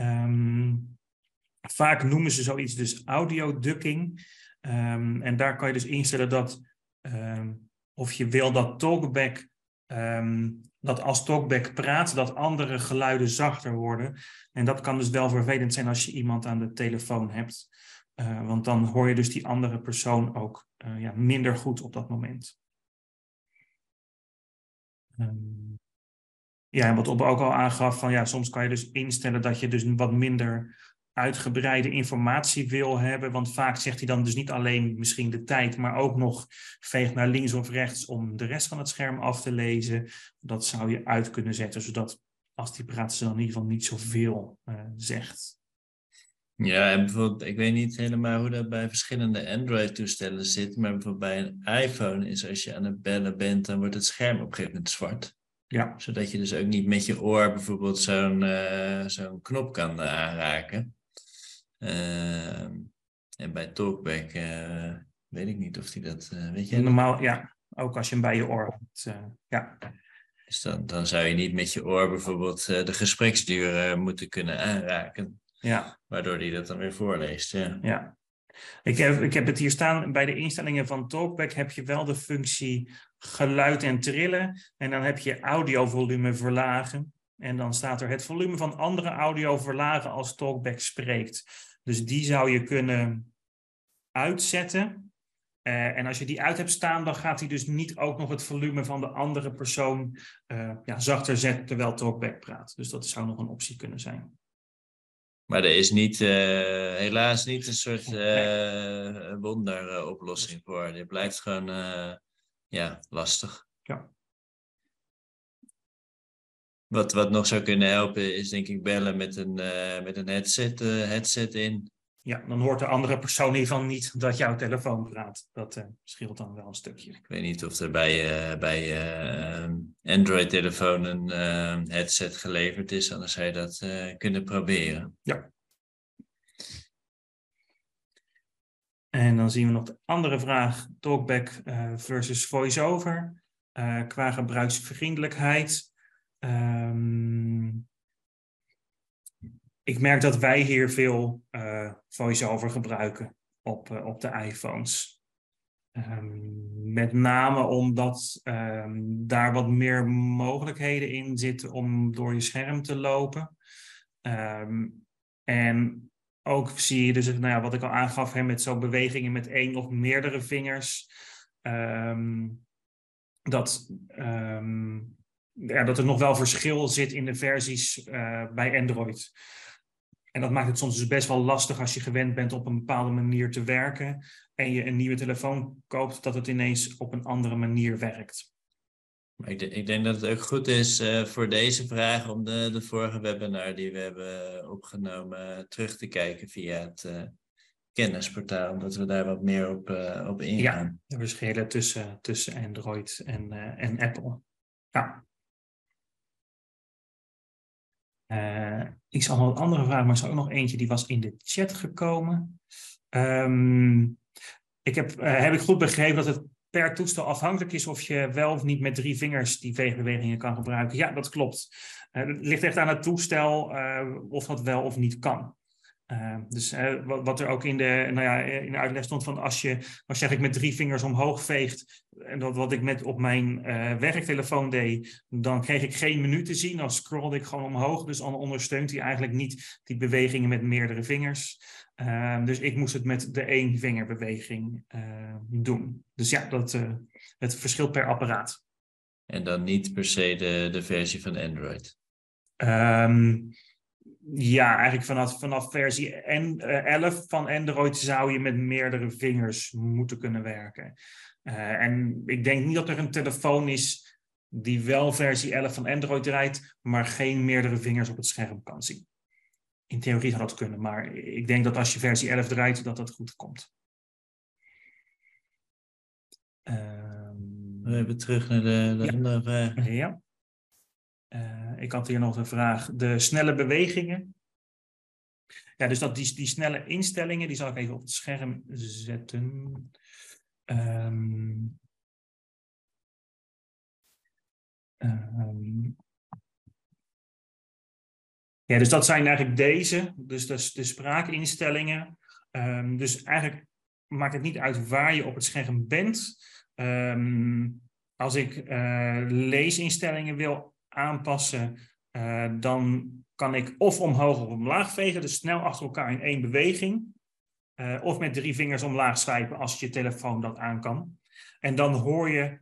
Vaak noemen ze zoiets dus audioducking. En daar kan je dus instellen dat of je wil dat TalkBack, dat als TalkBack praat, dat andere geluiden zachter worden. En dat kan dus wel vervelend zijn als je iemand aan de telefoon hebt. Want dan hoor je dus die andere persoon ook minder goed op dat moment. En wat Obbe ook al aangaf, van soms kan je dus instellen dat je dus wat minder uitgebreide informatie wil hebben. Want vaak zegt hij dan dus niet alleen misschien de tijd, maar ook nog veeg naar links of rechts om de rest van het scherm af te lezen. Dat zou je uit kunnen zetten, zodat als die praat ze dan in ieder geval niet zoveel zegt. Ja, en bijvoorbeeld, ik weet niet helemaal hoe dat bij verschillende Android-toestellen zit, maar bijvoorbeeld bij een iPhone is als je aan het bellen bent, dan wordt het scherm op een gegeven moment zwart. Ja. Zodat je dus ook niet met je oor bijvoorbeeld zo'n knop kan aanraken. En bij TalkBack weet ik niet of hij dat... weet je? Normaal, ja. Ook als je hem bij je oor hebt. Dus dan zou je niet met je oor bijvoorbeeld de gespreksduur moeten kunnen aanraken. Ja. Waardoor hij dat dan weer voorleest. Ja. Ik heb het hier staan, bij de instellingen van TalkBack heb je wel de functie geluid en trillen. En dan heb je audiovolume verlagen. En dan staat er het volume van andere audio verlagen als TalkBack spreekt. Dus die zou je kunnen uitzetten. En als je die uit hebt staan, dan gaat hij dus niet ook nog het volume van de andere persoon zachter zetten terwijl TalkBack praat. Dus dat zou nog een optie kunnen zijn. Maar er is niet, helaas niet een soort wonderoplossing voor. Dit blijft gewoon lastig. Ja. Wat nog zou kunnen helpen is denk ik bellen met een headset in. Ja, dan hoort de andere persoon in ieder geval niet dat jouw telefoon praat. Dat scheelt dan wel een stukje. Ik weet niet of er bij Android-telefoon een headset geleverd is. Anders zou je dat kunnen proberen. Ja. En dan zien we nog de andere vraag. TalkBack versus VoiceOver. Qua gebruiksvriendelijkheid. Ik merk dat wij hier veel VoiceOver gebruiken op de iPhones. Met name omdat daar wat meer mogelijkheden in zitten om door je scherm te lopen. En ook zie je dus, wat ik al aangaf, met zo'n bewegingen met 1 of meerdere vingers. Dat er nog wel verschil zit in de versies bij Android. En dat maakt het soms dus best wel lastig als je gewend bent op een bepaalde manier te werken en je een nieuwe telefoon koopt, dat het ineens op een andere manier werkt. Ik denk dat het ook goed is voor deze vraag om de vorige webinar die we hebben opgenomen terug te kijken via het kennisportaal, omdat we daar wat meer op ingaan. Ja, de verschillen tussen Android en Apple. Ja. Ik zal nog een andere vraag, maar er is ook nog eentje die was in de chat gekomen. Heb ik goed begrepen dat het per toestel afhankelijk is of je wel of niet met 3 vingers die veegbewegingen kan gebruiken. Ja, dat klopt. Het ligt echt aan het toestel of dat wel of niet kan. Dus wat er ook in de uitleg stond van als je met 3 vingers omhoog veegt, en dat wat ik op mijn werktelefoon deed, dan kreeg ik geen menu te zien, dan scrollde ik gewoon omhoog. Dus dan ondersteunt hij eigenlijk niet die bewegingen met meerdere vingers. Dus ik moest het met de 1 vingerbeweging doen. Dus ja, het verschilt per apparaat. En dan niet per se de versie van Android. Ja, eigenlijk vanaf versie 11 van Android zou je met meerdere vingers moeten kunnen werken. En ik denk niet dat er een telefoon is die wel versie 11 van Android draait, maar geen meerdere vingers op het scherm kan zien. In theorie zou dat kunnen, maar ik denk dat als je versie 11 draait, dat goed komt. We hebben terug naar de andere vraag. Ja. Ik had hier nog de vraag, de snelle bewegingen. Ja, dus die snelle instellingen, die zal ik even op het scherm zetten. Ja, dus dat zijn eigenlijk deze, dus de spraakinstellingen. Dus eigenlijk maakt het niet uit waar je op het scherm bent. Als ik leesinstellingen wil aanpassen, dan kan ik of omhoog of omlaag vegen, dus snel achter elkaar in 1 beweging. Of met 3 vingers omlaag swipen als je telefoon dat aan kan. En dan hoor je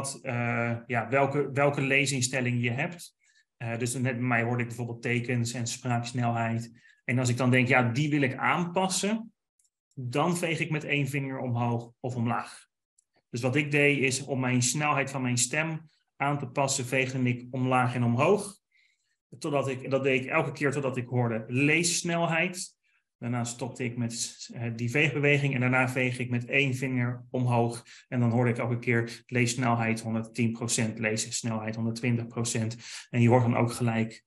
welke leesinstelling je hebt. Dus net bij mij hoorde ik bijvoorbeeld tekens en spraaksnelheid. En als ik dan denk, ja, die wil ik aanpassen, dan veeg ik met 1 vinger omhoog of omlaag. Dus wat ik deed is om mijn snelheid van mijn stem aan te passen, veegde ik omlaag en omhoog. Dat deed ik elke keer totdat ik hoorde leessnelheid. Daarna stopte ik met die veegbeweging en daarna veeg ik met 1 vinger omhoog. En dan hoorde ik elke keer leessnelheid 110%, leessnelheid 120%. En je hoort dan ook gelijk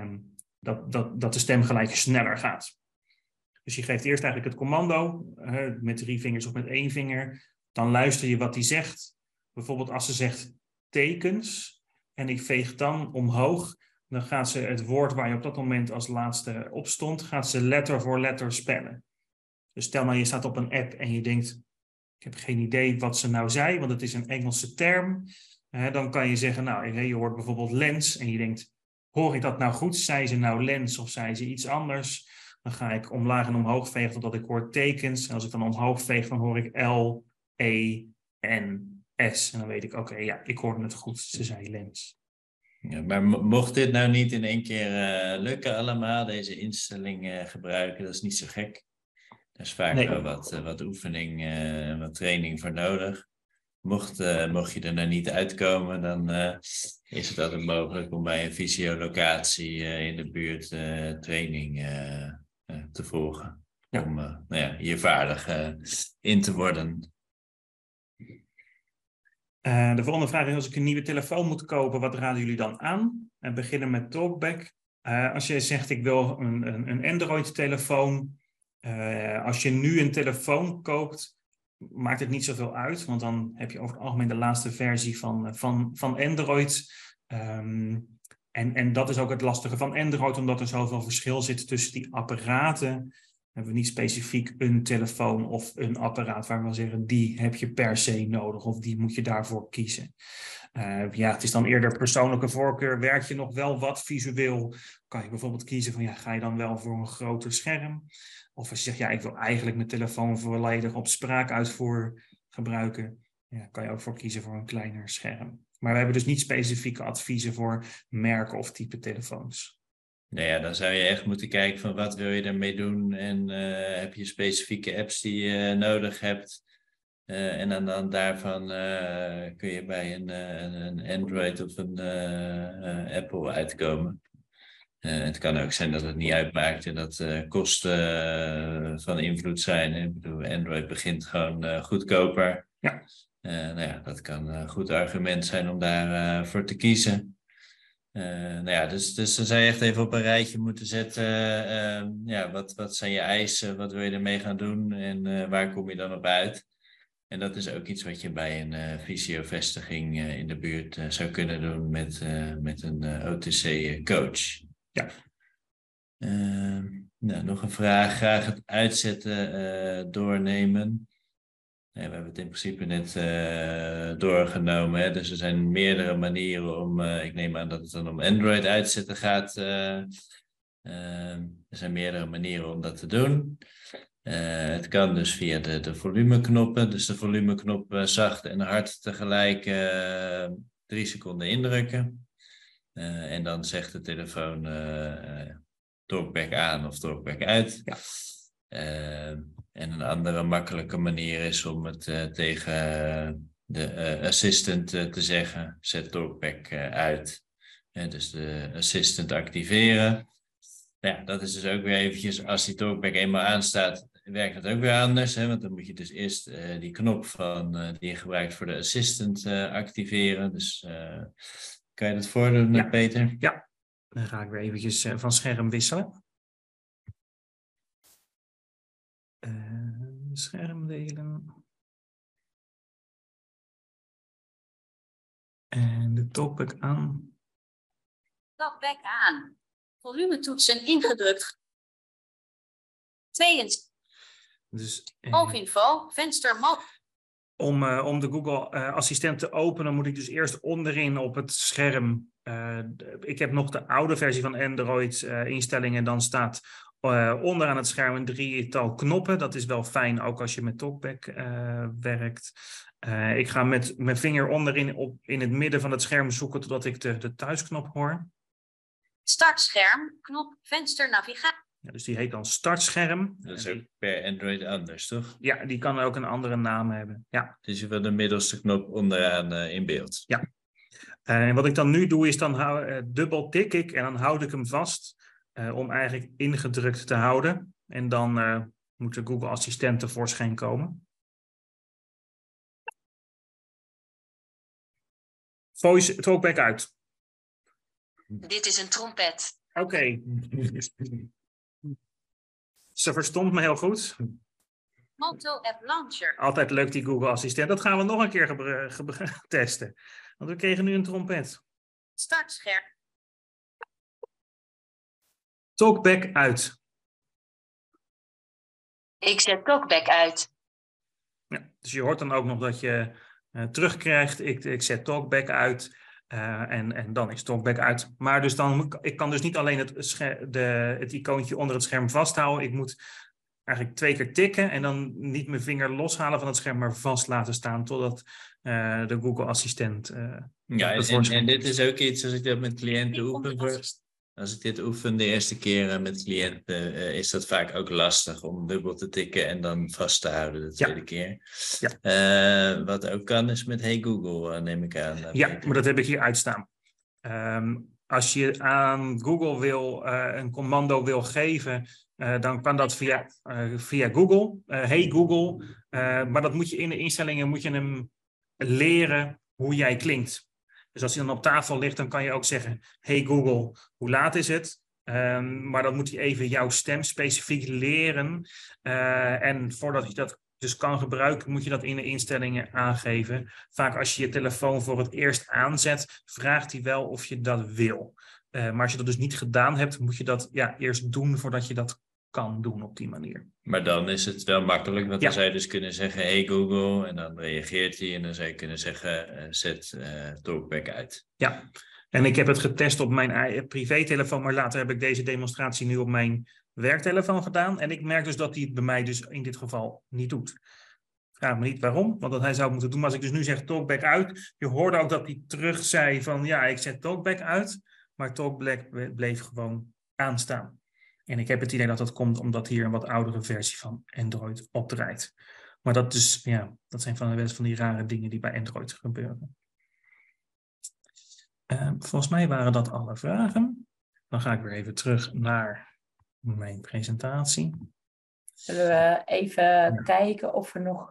dat de stem gelijk sneller gaat. Dus je geeft eerst eigenlijk het commando met 3 vingers of met 1 vinger. Dan luister je wat hij zegt. Bijvoorbeeld als ze zegt tekens en ik veeg dan omhoog, dan gaat ze het woord waar je op dat moment als laatste op stond, gaat ze letter voor letter spellen. Dus stel nou je staat op een app en je denkt, ik heb geen idee wat ze nou zei, want het is een Engelse term. Dan kan je zeggen, nou, je hoort bijvoorbeeld lens en je denkt, hoor ik dat nou goed? Zei ze nou lens of zei ze iets anders? Dan ga ik omlaag en omhoog vegen totdat ik hoor tekens. En als ik dan omhoog veeg, dan hoor ik L, E, N, S. En dan weet ik, oké, ja, ik hoorde het goed. Ze zei lens. Ja, maar mocht dit nou niet in één keer lukken allemaal, deze instelling gebruiken, dat is niet zo gek. Er is vaak wel wat oefening en wat training voor nodig. Mocht je er nou niet uitkomen, dan is het altijd mogelijk om bij een fysiolocatie in de buurt training te volgen. Ja. Om hier vaardig in te worden. De volgende vraag is, als ik een nieuwe telefoon moet kopen, wat raden jullie dan aan? En beginnen met Talkback. Als je zegt, ik wil een Android-telefoon. Als je nu een telefoon koopt, maakt het niet zoveel uit. Want dan heb je over het algemeen de laatste versie van Android. En dat is ook het lastige van Android, omdat er zoveel verschil zit tussen die apparaten. Hebben we niet specifiek een telefoon of een apparaat waar we zeggen, die heb je per se nodig of die moet je daarvoor kiezen. Het is dan eerder persoonlijke voorkeur. Werk je nog wel wat visueel, kan je bijvoorbeeld kiezen van, ga je dan wel voor een groter scherm? Of als je zegt, ik wil eigenlijk mijn telefoon volledig op spraakuitvoer gebruiken, kan je ook voor kiezen voor een kleiner scherm. Maar we hebben dus niet specifieke adviezen voor merken of type telefoons. Nou ja, dan zou je echt moeten kijken van wat wil je ermee doen en heb je specifieke apps die je nodig hebt. En dan daarvan kun je bij een Android of een Apple uitkomen. Het kan ook zijn dat het niet uitmaakt en dat kosten van invloed zijn. Ik bedoel, Android begint gewoon goedkoper. Ja. Dat kan een goed argument zijn om daarvoor te kiezen. Dus dan zou je echt even op een rijtje moeten zetten. Wat zijn je eisen? Wat wil je ermee gaan doen? En waar kom je dan op uit? En dat is ook iets wat je bij een visio-vestiging in de buurt zou kunnen doen met een OTC-coach. Ja. Nou, nog een vraag. Graag het uitzetten doornemen. We hebben het in principe net doorgenomen. Hè? Dus er zijn meerdere manieren om... ik neem aan dat het dan om Android uitzetten gaat. Er zijn meerdere manieren om dat te doen. Het kan dus via de volumeknoppen. Dus de volumeknop zacht en hard tegelijk 3 seconden indrukken. En dan zegt de telefoon talkback aan of talkback uit. Ja. En een andere makkelijke manier is om het tegen de assistant te zeggen. Zet talkback uit. Dus de assistant activeren. Ja, dat is dus ook weer eventjes, als die talkback eenmaal aanstaat, werkt het ook weer anders. Hè? Want dan moet je dus eerst die knop die je gebruikt voor de assistant activeren. Dus kan je dat voordoen, Ja. Peter? Ja, dan ga ik weer eventjes van scherm wisselen. Scherm delen. En de talkback aan. Talkback aan. Volumetoetsen ingedrukt. 22. Dus, Hoofdinfo. Venster om de Google Assistent te openen, moet ik dus eerst onderin op het scherm. Ik heb nog de oude versie van Android instellingen. Dan staat onderaan het scherm een 3-tal knoppen. Dat is wel fijn, ook als je met Talkback werkt. Ik ga met mijn vinger onderin in het midden van het scherm zoeken totdat ik de thuisknop hoor. Startscherm. Knop. Venster navigatie. Ja, dus die heet dan startscherm. Dat is ook per Android anders, toch? Ja, die kan ook een andere naam hebben. Ja. Dus je wil de middelste knop onderaan in beeld. Ja. En wat ik dan nu doe is dan dubbel tik ik en dan houd ik hem vast om eigenlijk ingedrukt te houden. En dan moet de Google Assistent tevoorschijn komen. Voice talkback uit. Dit is een trompet. Oké. Ze verstond me heel goed. Moto App Launcher. Altijd leuk die Google Assistent. Dat gaan we nog een keer testen. Want we kregen nu een trompet. Startscherm. Talkback uit. Ik zet Talkback uit. Ja, dus je hoort dan ook nog dat je terugkrijgt. Ik zet Talkback uit. En dan is Talkback uit. Maar dus ik kan dus niet alleen het icoontje onder het scherm vasthouden. Ik moet eigenlijk 2 keer tikken en dan niet mijn vinger loshalen van het scherm, maar vast laten staan totdat de Google Assistent. Ja, en dit is ook iets als ik dat met cliënten oefen. Als ik dit oefen de eerste keer met cliënten, is dat vaak ook lastig om dubbel te tikken en dan vast te houden de tweede keer. Ja. Wat ook kan is met Hey Google, neem ik aan. Ja, maar dat heb ik hier uitstaan. Als je aan Google een commando wil geven, dan kan dat via Google. Hey Google. Maar dat moet je in de instellingen hem leren hoe jij klinkt. Dus als hij dan op tafel ligt, dan kan je ook zeggen: Hey Google, hoe laat is het? Maar dan moet hij even jouw stem specifiek leren. En voordat je dat dus kan gebruiken, moet je dat in de instellingen aangeven. Vaak als je je telefoon voor het eerst aanzet, vraagt hij wel of je dat wil. Maar als je dat dus niet gedaan hebt, moet je dat eerst doen voordat je dat kan doen op die manier. Maar dan is het wel makkelijk, want dan zou je dus kunnen zeggen: Hey Google, en dan reageert hij en dan zou je kunnen zeggen: zet Talkback uit. Ja, en ik heb het getest op mijn privételefoon, maar later heb ik deze demonstratie nu op mijn werktelefoon gedaan. En ik merk dus dat hij het bij mij dus in dit geval niet doet. Vraag me niet waarom, want dat hij zou het moeten doen. Maar als ik dus nu zeg Talkback uit, je hoorde ook dat hij terug zei van ik zet Talkback uit, maar Talkback bleef gewoon aanstaan. En ik heb het idee dat dat komt omdat hier een wat oudere versie van Android opdraait. Maar dat zijn van die rare dingen die bij Android gebeuren. Volgens mij waren dat alle vragen. Dan ga ik weer even terug naar mijn presentatie. Zullen we even kijken of er nog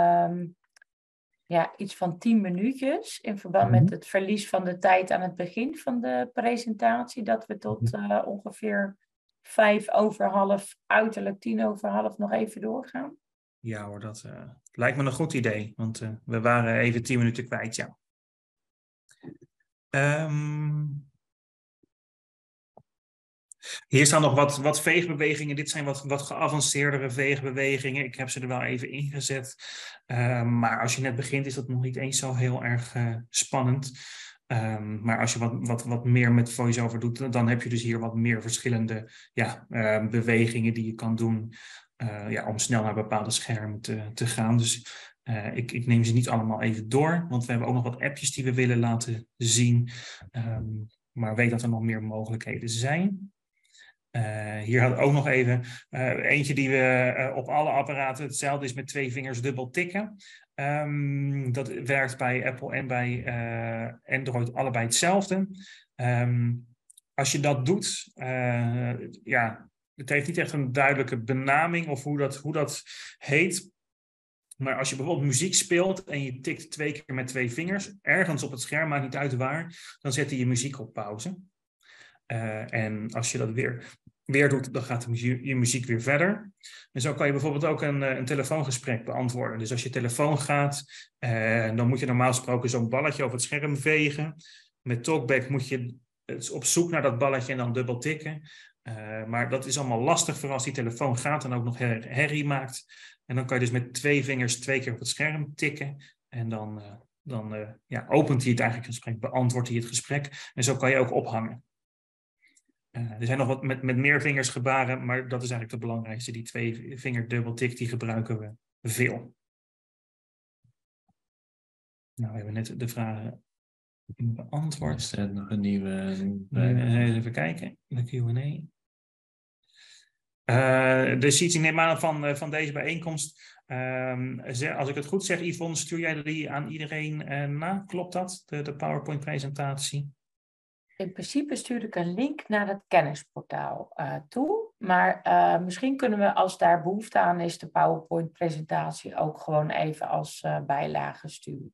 iets van 10 minuutjes in verband met het verlies van de tijd aan het begin van de presentatie, dat we tot ongeveer 5:05, uiterlijk 10:10 nog even doorgaan? Ja hoor, dat lijkt me een goed idee. Want we waren even 10 minuten kwijt, ja. Hier staan nog wat veegbewegingen. Dit zijn wat geavanceerdere veegbewegingen. Ik heb ze er wel even ingezet. Maar als je net begint is dat nog niet eens zo heel erg spannend. Maar als je wat meer met VoiceOver doet, dan heb je dus hier wat meer verschillende bewegingen die je kan doen om snel naar bepaalde schermen te gaan. Dus ik neem ze niet allemaal even door, want we hebben ook nog wat appjes die we willen laten zien. Maar weet dat er nog meer mogelijkheden zijn. Hier had ook nog even eentje die we op alle apparaten hetzelfde is met 2 vingers dubbel tikken. Dat werkt bij Apple en bij Android allebei hetzelfde. Als je dat doet, het heeft niet echt een duidelijke benaming of hoe dat heet. Maar als je bijvoorbeeld muziek speelt en je tikt 2 keer met 2 vingers, ergens op het scherm, maakt niet uit waar, dan zet hij je muziek op pauze. En als je dat weer doet, dan gaat je muziek weer verder. En zo kan je bijvoorbeeld ook een telefoongesprek beantwoorden. Dus als je telefoon gaat, dan moet je normaal gesproken zo'n balletje over het scherm vegen. Met TalkBack moet je op zoek naar dat balletje en dan dubbel tikken. Maar dat is allemaal lastig voor als die telefoon gaat en ook nog herrie maakt. En dan kan je dus met 2 vingers 2 keer op het scherm tikken. En dan opent hij het eigenlijk gesprek, beantwoordt hij het gesprek. En zo kan je ook ophangen. Er zijn nog wat met meer vingers gebaren, maar dat is eigenlijk het belangrijkste. Die 2 vinger dubbeltik, die gebruiken we veel. Nou, we hebben net de vragen beantwoord. Er staat nog een nieuwe... Even kijken, de Q&A. De sheets, ik neem aan van deze bijeenkomst. Als ik het goed zeg, Yvonne, stuur jij die aan iedereen na? Klopt dat, de PowerPoint-presentatie? In principe stuur ik een link naar het kennisportaal toe. Maar misschien kunnen we, als daar behoefte aan is, de PowerPoint-presentatie ook gewoon even als bijlage sturen.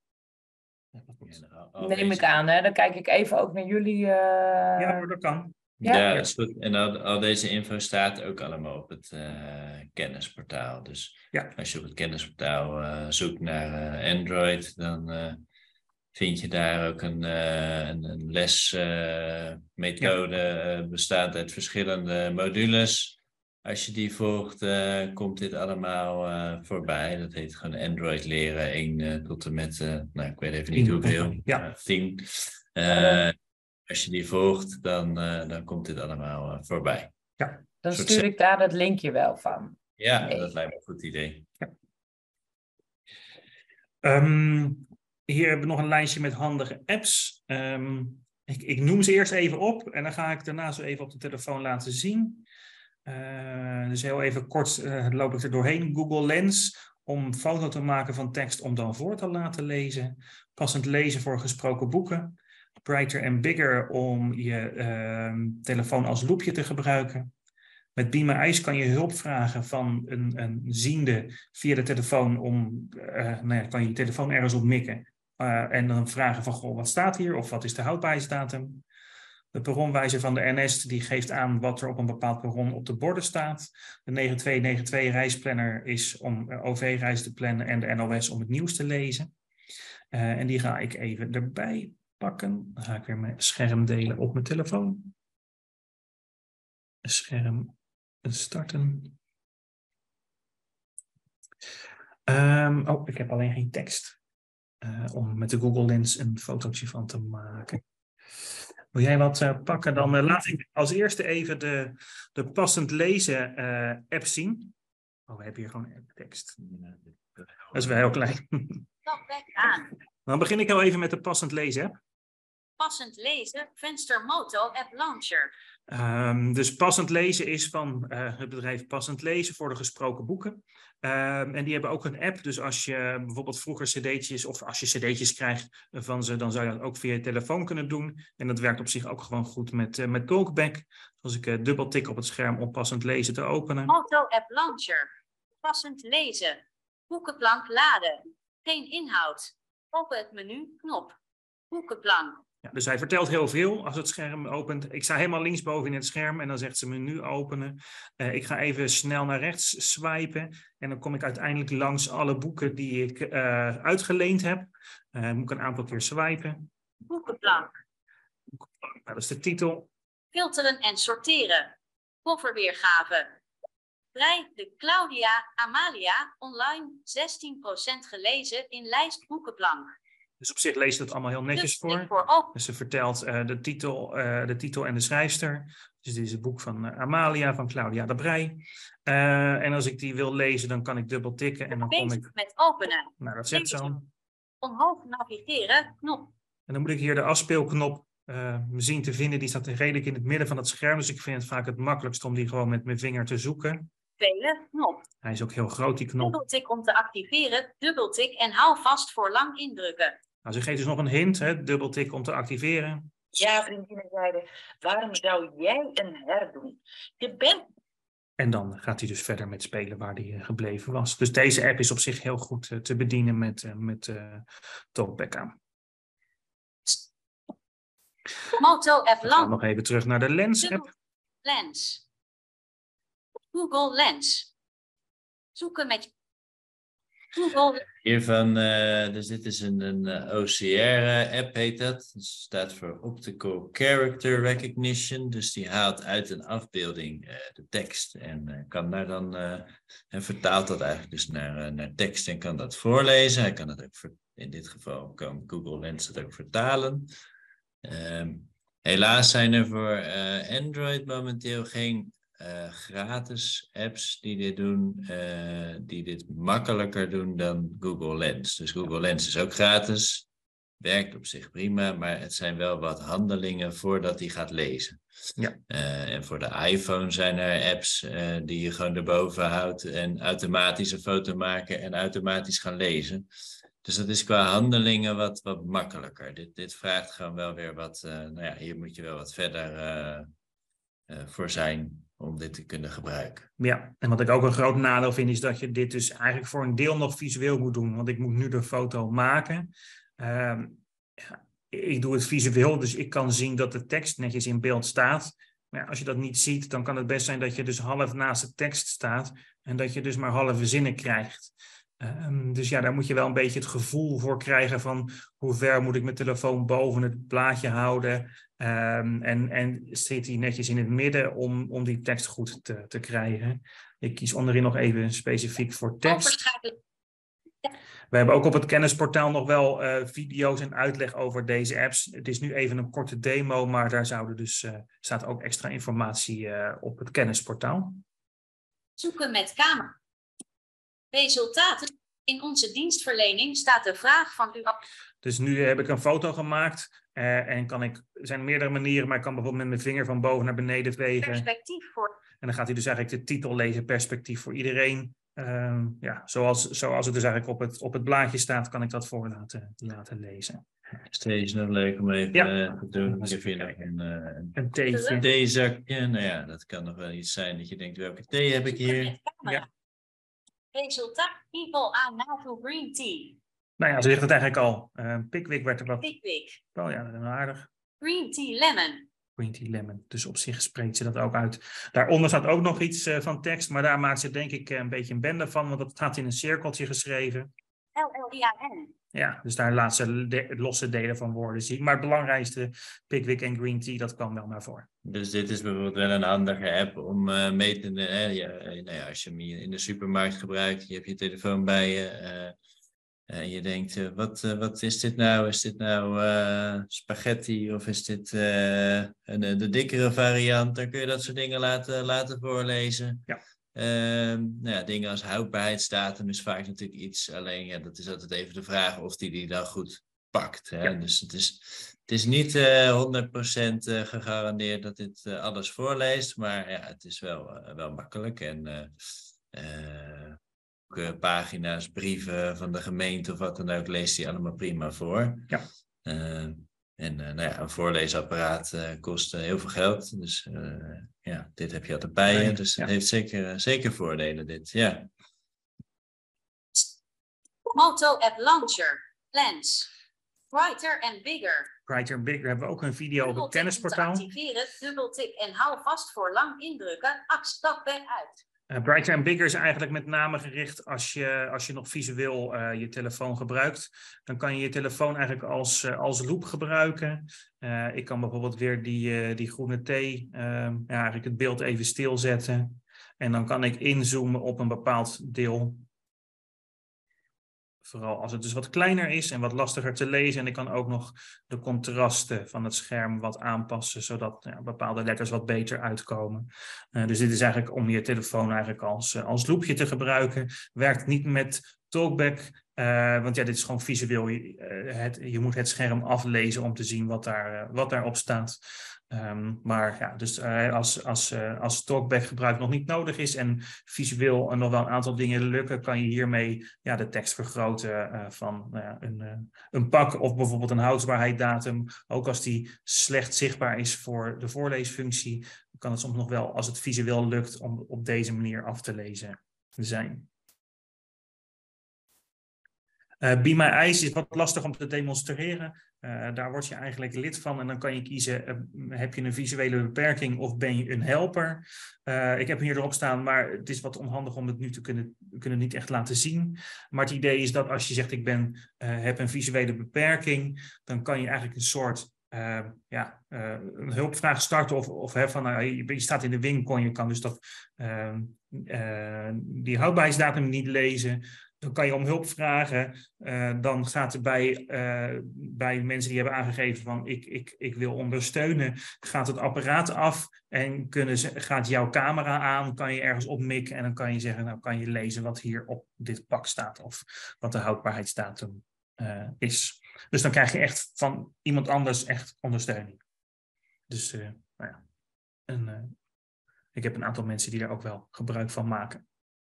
Neem ik aan, hè? Dan kijk ik even ook naar jullie. Ja, maar dat kan. Ja, dat is goed. En al deze info staat ook allemaal op het kennisportaal. Dus als je op het kennisportaal zoekt naar Android, dan vind je daar ook een lesmethode bestaat uit verschillende modules. Als je die volgt, komt dit allemaal voorbij. Dat heet gewoon Android leren 1 tot en met, ik weet even niet hoeveel, 10. Als je die volgt, dan komt dit allemaal voorbij. Ja. Dan stuur ik daar dat linkje wel van. Ja, dat lijkt me een goed idee. Ja. Hier hebben we nog een lijstje met handige apps. Ik noem ze eerst even op en dan ga ik daarna zo even op de telefoon laten zien. Dus heel even kort loop ik er doorheen. Google Lens om foto te maken van tekst om dan voor te laten lezen. Passend lezen voor gesproken boeken. Brighter and Bigger om je telefoon als loepje te gebruiken. Met Be My Eyes kan je hulp vragen van een ziende via de telefoon kan je je telefoon ergens op mikken. En dan vragen van, goh, wat staat hier? Of wat is de houdbaarheidsdatum? De perronwijzer van de NS die geeft aan wat er op een bepaald perron op de borden staat. De 9292 reisplanner is om OV-reis te plannen en de NOS om het nieuws te lezen. En die ga ik even erbij pakken. Dan ga ik weer mijn scherm delen op mijn telefoon. Scherm starten. Ik heb alleen geen tekst. Om met de Google Lens een fotootje van te maken. Wil jij wat pakken? Dan laat ik als eerste even de passend lezen app zien. Oh, we hebben hier gewoon tekst. Dat is wel heel klein. TalkBack aan. Dan begin ik al even met de passend lezen app. Passend lezen, venster Moto App Launcher. Dus passend lezen is van het bedrijf Passend Lezen voor de gesproken boeken. En die hebben ook een app. Dus als je bijvoorbeeld vroeger cd'tjes of als je cd'tjes krijgt van ze, dan zou je dat ook via je telefoon kunnen doen. En dat werkt op zich ook gewoon goed met TalkBack. Als ik dubbel tik op het scherm om Passend Lezen te openen. Moto App Launcher. Passend lezen. Boekenplank laden. Geen inhoud. Open het menu knop. Boekenplank. Ja, dus hij vertelt heel veel als het scherm opent. Ik sta helemaal linksboven in het scherm en dan zegt ze menu openen. Ik ga even snel naar rechts swipen en dan kom ik uiteindelijk langs alle boeken die ik uitgeleend heb. Moet ik een aantal keer swipen. Boekenplank. Nou, dat is de titel. Filteren en sorteren. Kofferweergave. Brei de Claudia Amalia online 16% gelezen in lijst Boekenplank. Dus op zich leest het allemaal heel netjes voor. Voorop. Dus ze vertelt de titel en de schrijfster. Dus dit is het boek van Amalia van Claudia de Brij. En als ik die wil lezen, dan kan ik dubbel tikken en dan kom Bezig ik... met openen. Nou, dat zegt zo. Omhoog navigeren. Knop. En dan moet ik hier de afspeelknop zien te vinden. Die staat redelijk in het midden van het scherm. Dus ik vind het vaak het makkelijkst om die gewoon met mijn vinger te zoeken. Spelen. Knop. Hij is ook heel groot, die knop. Dubbeltik om te activeren. Dubbeltik en hou vast voor lang indrukken. Nou, ze geeft dus nog een hint. Hè? Dubbeltik om te activeren. Ja, vriendinnen zeiden, waarom zou jij een herdoen? Je bent... En dan gaat hij dus verder met spelen waar hij gebleven was. Dus deze app is op zich heel goed te bedienen met TalkBack aan. Moto F We gaan Lang. nog even terug naar de Lens-app. Lens. Google Lens. Zoeken met Google. Hiervan, dus dit is een OCR-app heet dat. Dus staat voor Optical Character Recognition. Dus die haalt uit een afbeelding de tekst en kan daar dan en vertaalt dat eigenlijk dus naar tekst en kan dat voorlezen. Hij kan het ook in dit geval kan Google Lens het ook vertalen. Helaas zijn er voor Android momenteel geen gratis apps die dit doen, die dit makkelijker doen dan Google Lens. Dus Google Lens is ook gratis, werkt op zich prima, maar het zijn wel wat handelingen voordat hij gaat lezen. Ja. En voor de iPhone zijn er apps die je gewoon erboven houdt en automatisch een foto maken en automatisch gaan lezen. Dus dat is qua handelingen wat makkelijker. Dit vraagt gewoon wel weer wat, hier moet je wel wat verder voor zijn om dit te kunnen gebruiken. Ja, en wat ik ook een groot nadeel vind is dat je dit dus eigenlijk voor een deel nog visueel moet doen. Want ik moet nu de foto maken. Ik doe het visueel, dus ik kan zien dat de tekst netjes in beeld staat. Maar ja, als je dat niet ziet, dan kan het best zijn dat je dus half naast de tekst staat en dat je dus maar halve zinnen krijgt. Dus ja, daar moet je wel een beetje het gevoel voor krijgen van hoe ver moet ik mijn telefoon boven het plaatje houden. En zit die netjes in het midden om die tekst goed te krijgen. Ik kies onderin nog even specifiek voor tekst. We hebben ook op het kennisportaal nog wel video's en uitleg over deze apps. Het is nu even een korte demo, maar daar staat ook extra informatie op het kennisportaal. Zoeken met camera. Resultaten. In onze dienstverlening staat de vraag van u. Dus nu heb ik een foto gemaakt en er zijn meerdere manieren, maar ik kan bijvoorbeeld met mijn vinger van boven naar beneden vegen. Perspectief voor. En dan gaat hij dus eigenlijk de titel lezen, perspectief voor iedereen. Zoals het dus eigenlijk op het blaadje staat, kan ik dat voor laten lezen. Steeds nog leuk om even te doen. Dan heb je nog Een theetje. een theezakje. Nou ja, dat kan nog wel iets zijn dat je denkt, welke thee heb ik hier? Ja. Resultaat. People aan NATO Green Tea. Nou ja, ze zegt het eigenlijk al. Pickwick werd er wat... Pickwick. Oh ja, dat is wel aardig. Green Tea Lemon. Green Tea Lemon. Dus op zich spreekt ze dat ook uit. Daaronder staat ook nog iets van tekst, maar daar maakt ze denk ik een beetje een bende van, want dat staat in een cirkeltje geschreven. LLIAN. Ja, dus daar laat ze losse delen van woorden zien. Maar het belangrijkste, Pickwick en Green Tea, dat kwam wel naar voren. Dus dit is bijvoorbeeld wel een handige app om mee te... als je hem in de supermarkt gebruikt, je hebt je telefoon bij je... en je denkt, wat is dit nou? Is dit nou spaghetti of is dit de dikkere variant? Dan kun je dat soort dingen laten voorlezen. Ja. Dingen als houdbaarheidsdatum is vaak natuurlijk iets. Alleen dat is altijd even de vraag of die dan goed pakt. Hè? Ja. Dus het is niet 100% gegarandeerd dat dit alles voorleest. Maar ja, het is wel makkelijk. En pagina's, brieven van de gemeente of wat dan ook, leest hij allemaal prima voor. Ja. Een voorleesapparaat kost heel veel geld. Dus dit heb je altijd bij je. Dus het heeft zeker voordelen dit, ja. Moto App Launcher. Lens. Brighter and bigger. Brighter and Bigger hebben we ook een video op het Dubbeltik om te kennisportaal. activeren, dubbeltik en hou vast voor lang indrukken. Talkback uit. Brighter and Bigger is eigenlijk met name gericht als je nog visueel je telefoon gebruikt. Dan kan je je telefoon eigenlijk als loop gebruiken. Ik kan bijvoorbeeld weer die groene T, eigenlijk het beeld even stilzetten. En dan kan ik inzoomen op een bepaald deel. Vooral als het dus wat kleiner is en wat lastiger te lezen. En ik kan ook nog de contrasten van het scherm wat aanpassen, zodat bepaalde letters wat beter uitkomen. Dus dit is eigenlijk om je telefoon eigenlijk als loopje te gebruiken. Werkt niet met Talkback, want dit is gewoon visueel. Je moet het scherm aflezen om te zien wat daarop staat. Als Talkback gebruik nog niet nodig is en visueel nog wel een aantal dingen lukken, kan je hiermee de tekst vergroten van een pak of bijvoorbeeld een houdbaarheidsdatum. Ook als die slecht zichtbaar is voor de voorleesfunctie, kan het soms nog wel, als het visueel lukt, om op deze manier af te lezen zijn. Be My Eyes is wat lastig om te demonstreren. Daar word je eigenlijk lid van en dan kan je kiezen, heb je een visuele beperking of ben je een helper? Ik heb hem hier erop staan, maar het is wat onhandig om het nu te kunnen niet echt laten zien. Maar het idee is dat als je zegt ik heb een visuele beperking, dan kan je eigenlijk een soort een hulpvraag starten je staat in de winkel en je kan dus die houdbaarheidsdatum niet lezen. Dan kan je om hulp vragen. Dan gaat er bij mensen die hebben aangegeven van ik wil ondersteunen, gaat het apparaat af en gaat jouw camera aan, kan je ergens op mikken en dan kan je zeggen, kan je lezen wat hier op dit pak staat of wat de houdbaarheidsdatum is. Dus dan krijg je echt van iemand anders echt ondersteuning. Dus ik heb een aantal mensen die daar ook wel gebruik van maken.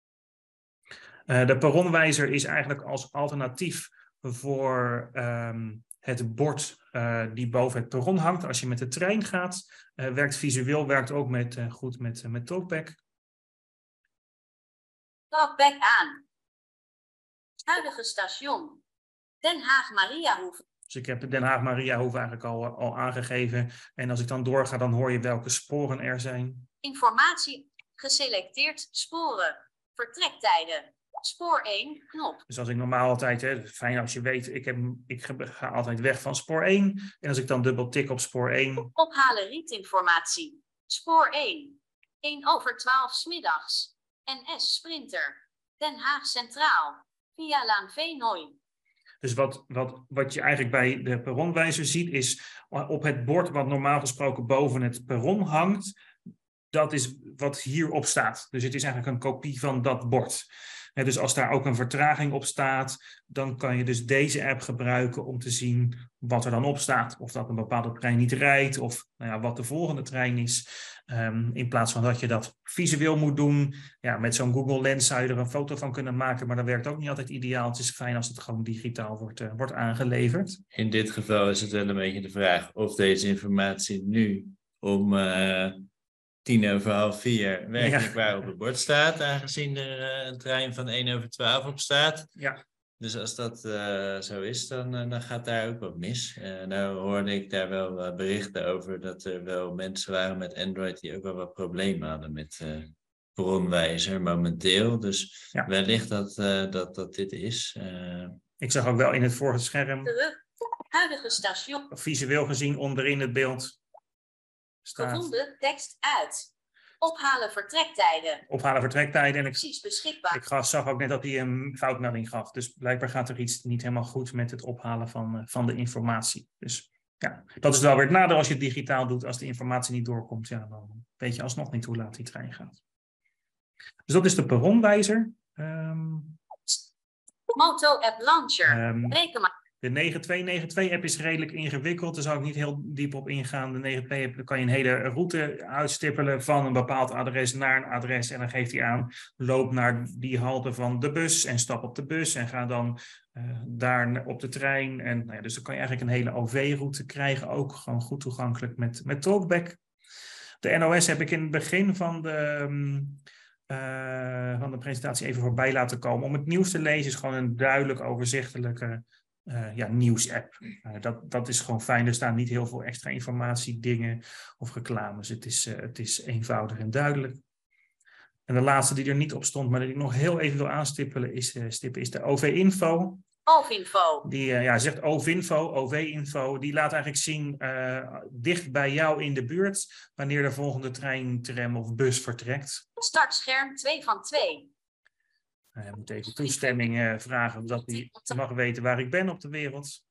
De perronwijzer is eigenlijk als alternatief voor het bord die boven het perron hangt. Als je met de trein gaat, werkt visueel, werkt ook goed met Talkback. Talkback aan. Huidige station. Den Haag-Mariahoeve. Dus ik heb Den Haag-Mariahoeve eigenlijk al aangegeven. En als ik dan doorga, dan hoor je welke sporen er zijn. Informatie geselecteerd sporen. Vertrektijden. Spoor 1, knop. Dus als ik normaal altijd, fijn als je weet, ik ga altijd weg van spoor 1. En als ik dan dubbel tik op spoor 1. Ophalen rietinformatie. Spoor 1. 1:12 's middags. NS Sprinter. Den Haag Centraal. Via Laan Veenooy. Dus wat je eigenlijk bij de perronwijzer ziet, is op het bord wat normaal gesproken boven het perron hangt, dat is wat hierop staat. Dus het is eigenlijk een kopie van dat bord. Dus als daar ook een vertraging op staat, dan kan je dus deze app gebruiken om te zien wat er dan op staat. Of dat een bepaalde trein niet rijdt, of wat de volgende trein is. In plaats van dat je dat visueel moet doen. Ja, met zo'n Google Lens zou je er een foto van kunnen maken, maar dat werkt ook niet altijd ideaal. Het is fijn als het gewoon digitaal wordt aangeleverd. In dit geval is het wel een beetje de vraag of deze informatie nu om 4:10 werkelijk waar op het bord staat, aangezien er een trein van 1:12 op staat. Ja. Dus als dat zo is, dan gaat daar ook wat mis. Nou hoorde ik daar wel berichten over dat er wel mensen waren met Android die ook wel wat problemen hadden met perronwijzer momenteel. Dus wellicht dat dit is. Ik zag ook wel in het vorige scherm, Terug. Huidige station. visueel gezien onderin het beeld staat. Gevonden tekst uit. Ophalen vertrektijden. Ophalen vertrektijden. En Precies beschikbaar. ik zag ook net dat hij een foutmelding gaf. Dus blijkbaar gaat er iets niet helemaal goed met het ophalen van de informatie. Dus ja, dat is wel weer het nadeel als je het digitaal doet. Als de informatie niet doorkomt, dan weet je alsnog niet hoe laat die trein gaat. Dus dat is de perronwijzer. Moto-app launcher. Rekenmaat. De 9292-app is redelijk ingewikkeld, daar zou ik niet heel diep op ingaan. De 92-app kan je een hele route uitstippelen van een bepaald adres naar een adres. En dan geeft hij aan, loop naar die halte van de bus en stap op de bus en ga dan daar op de trein. En, dus dan kan je eigenlijk een hele OV-route krijgen, ook gewoon goed toegankelijk met Talkback. De NOS heb ik in het begin van de presentatie even voorbij laten komen. Om het nieuws te lezen is gewoon een duidelijk overzichtelijke nieuwsapp. Dat is gewoon fijn. Er staan niet heel veel extra informatie, dingen of reclames. Het is eenvoudig en duidelijk. En de laatste die er niet op stond, maar die ik nog heel even wil aanstippelen, is de OV-info. OV-info. Die zegt OV-info. Die laat eigenlijk zien dicht bij jou in de buurt wanneer de volgende trein, tram of bus vertrekt. Startscherm 2 van 2. Je moet even toestemming vragen dat hij mag weten waar ik ben op de wereld.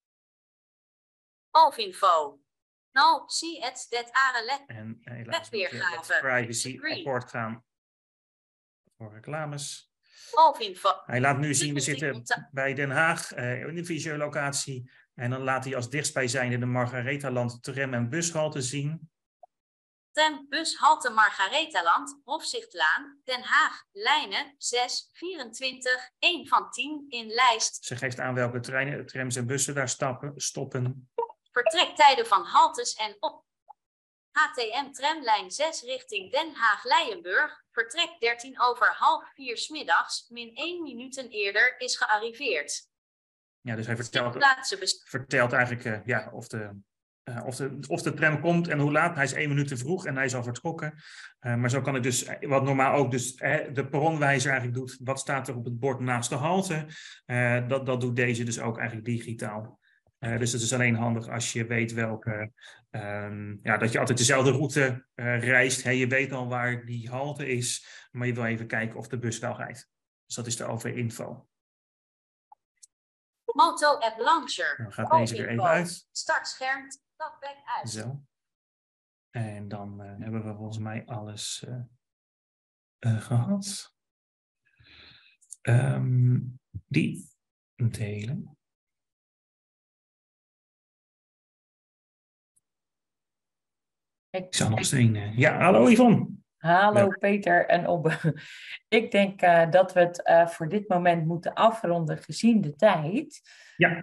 OV-info. No, see it, that are En helaas moet je webweergave. met privacy Agree. akkoord gaan voor reclames. OV-info. Hij laat nu zien, we zitten bij Den Haag in de visiolocatie. En dan laat hij als dichtstbijzijnde de Margarethaland tram- en bushalte zien. Tram, bus, halte Margarethaland, Hofzichtlaan, Den Haag, lijnen 6, 24, 1 van 10 in lijst. Ze geeft aan welke treinen, trams en bussen daar stoppen. Vertrektijden van haltes en op. HTM tramlijn 6 richting Den Haag-Leijenburg, vertrek 4:13 'smiddags, min 1 minuten eerder is gearriveerd. Ja, dus hij Plaatsen vertelt eigenlijk of de tram komt en hoe laat. Hij is 1 minuut te vroeg en hij is al vertrokken. Maar zo kan ik dus, wat normaal ook de perronwijzer eigenlijk doet, wat staat er op het bord naast de halte, dat doet deze dus ook eigenlijk digitaal. Dus het is alleen handig als je weet welke, dat je altijd dezelfde route reist. Je weet al waar die halte is, maar je wil even kijken of de bus wel rijdt. Dus dat is de OV-info. Moto-app launcher. Dan gaat deze er even uit. Startscherm, talkback uit. Zo. En dan hebben we volgens mij alles gehad. Die delen. Ik zal nog eens een... Ja, hallo Yvonne. Hallo Ja. Peter en Obbe. Ik denk dat we het voor dit moment moeten afronden gezien de tijd. Ja.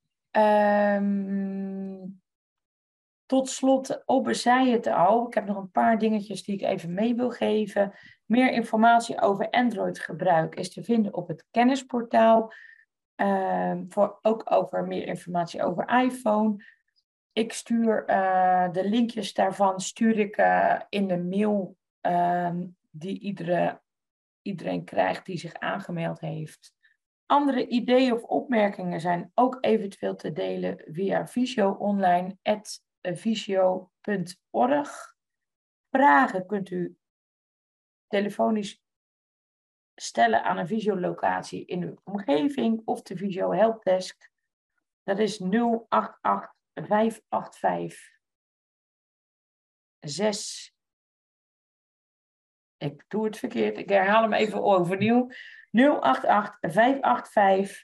Tot slot, Obbe zei het al. Ik heb nog een paar dingetjes die ik even mee wil geven. Meer informatie over Android gebruik is te vinden op het kennisportaal. Ook over meer informatie over iPhone. Ik stuur de linkjes daarvan in de mail die iedereen krijgt die zich aangemeld heeft. Andere ideeën of opmerkingen zijn ook eventueel te delen via visio.online@visio.org. Vragen kunt u telefonisch stellen aan een visiolocatie in uw omgeving of de Visio Helpdesk. Dat is 088 585 6. Ik doe het verkeerd. Ik herhaal hem even overnieuw. 088 585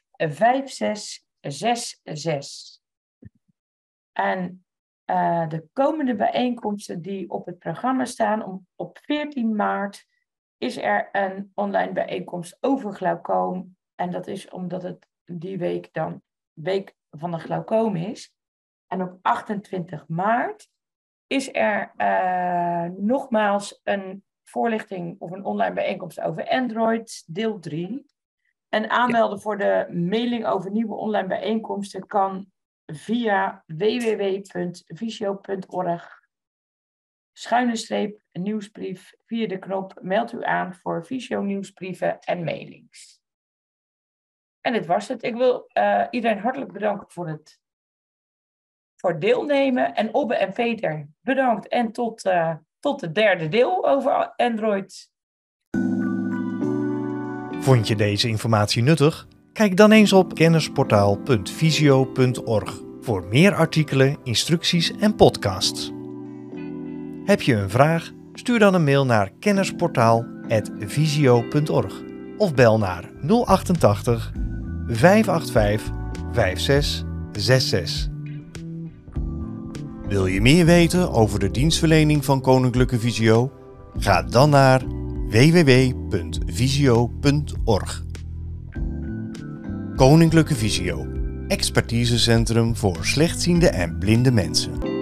5666. En de komende bijeenkomsten die op het programma staan, op 14 maart is er een online bijeenkomst over glaucoom. En dat is omdat het die week dan week van de glaucoom is. En op 28 maart is er nogmaals een voorlichting of een online bijeenkomst over Android, deel 3. En aanmelden voor de mailing over nieuwe online bijeenkomsten kan via www.visio.org/nieuwsbrief via de knop meld u aan voor Visio nieuwsbrieven en mailings. En dit was het. Ik wil iedereen hartelijk bedanken voor het deelnemen. En Obbe en Peter, bedankt. En tot het derde deel over Android. Vond je deze informatie nuttig? Kijk dan eens op kennisportaal.visio.org voor meer artikelen, instructies en podcasts. Heb je een vraag? Stuur dan een mail naar kennisportaal@visio.org of bel naar 088 585 5666. Wil je meer weten over de dienstverlening van Koninklijke Visio? Ga dan naar www.visio.org. Koninklijke Visio, expertisecentrum voor slechtziende en blinde mensen.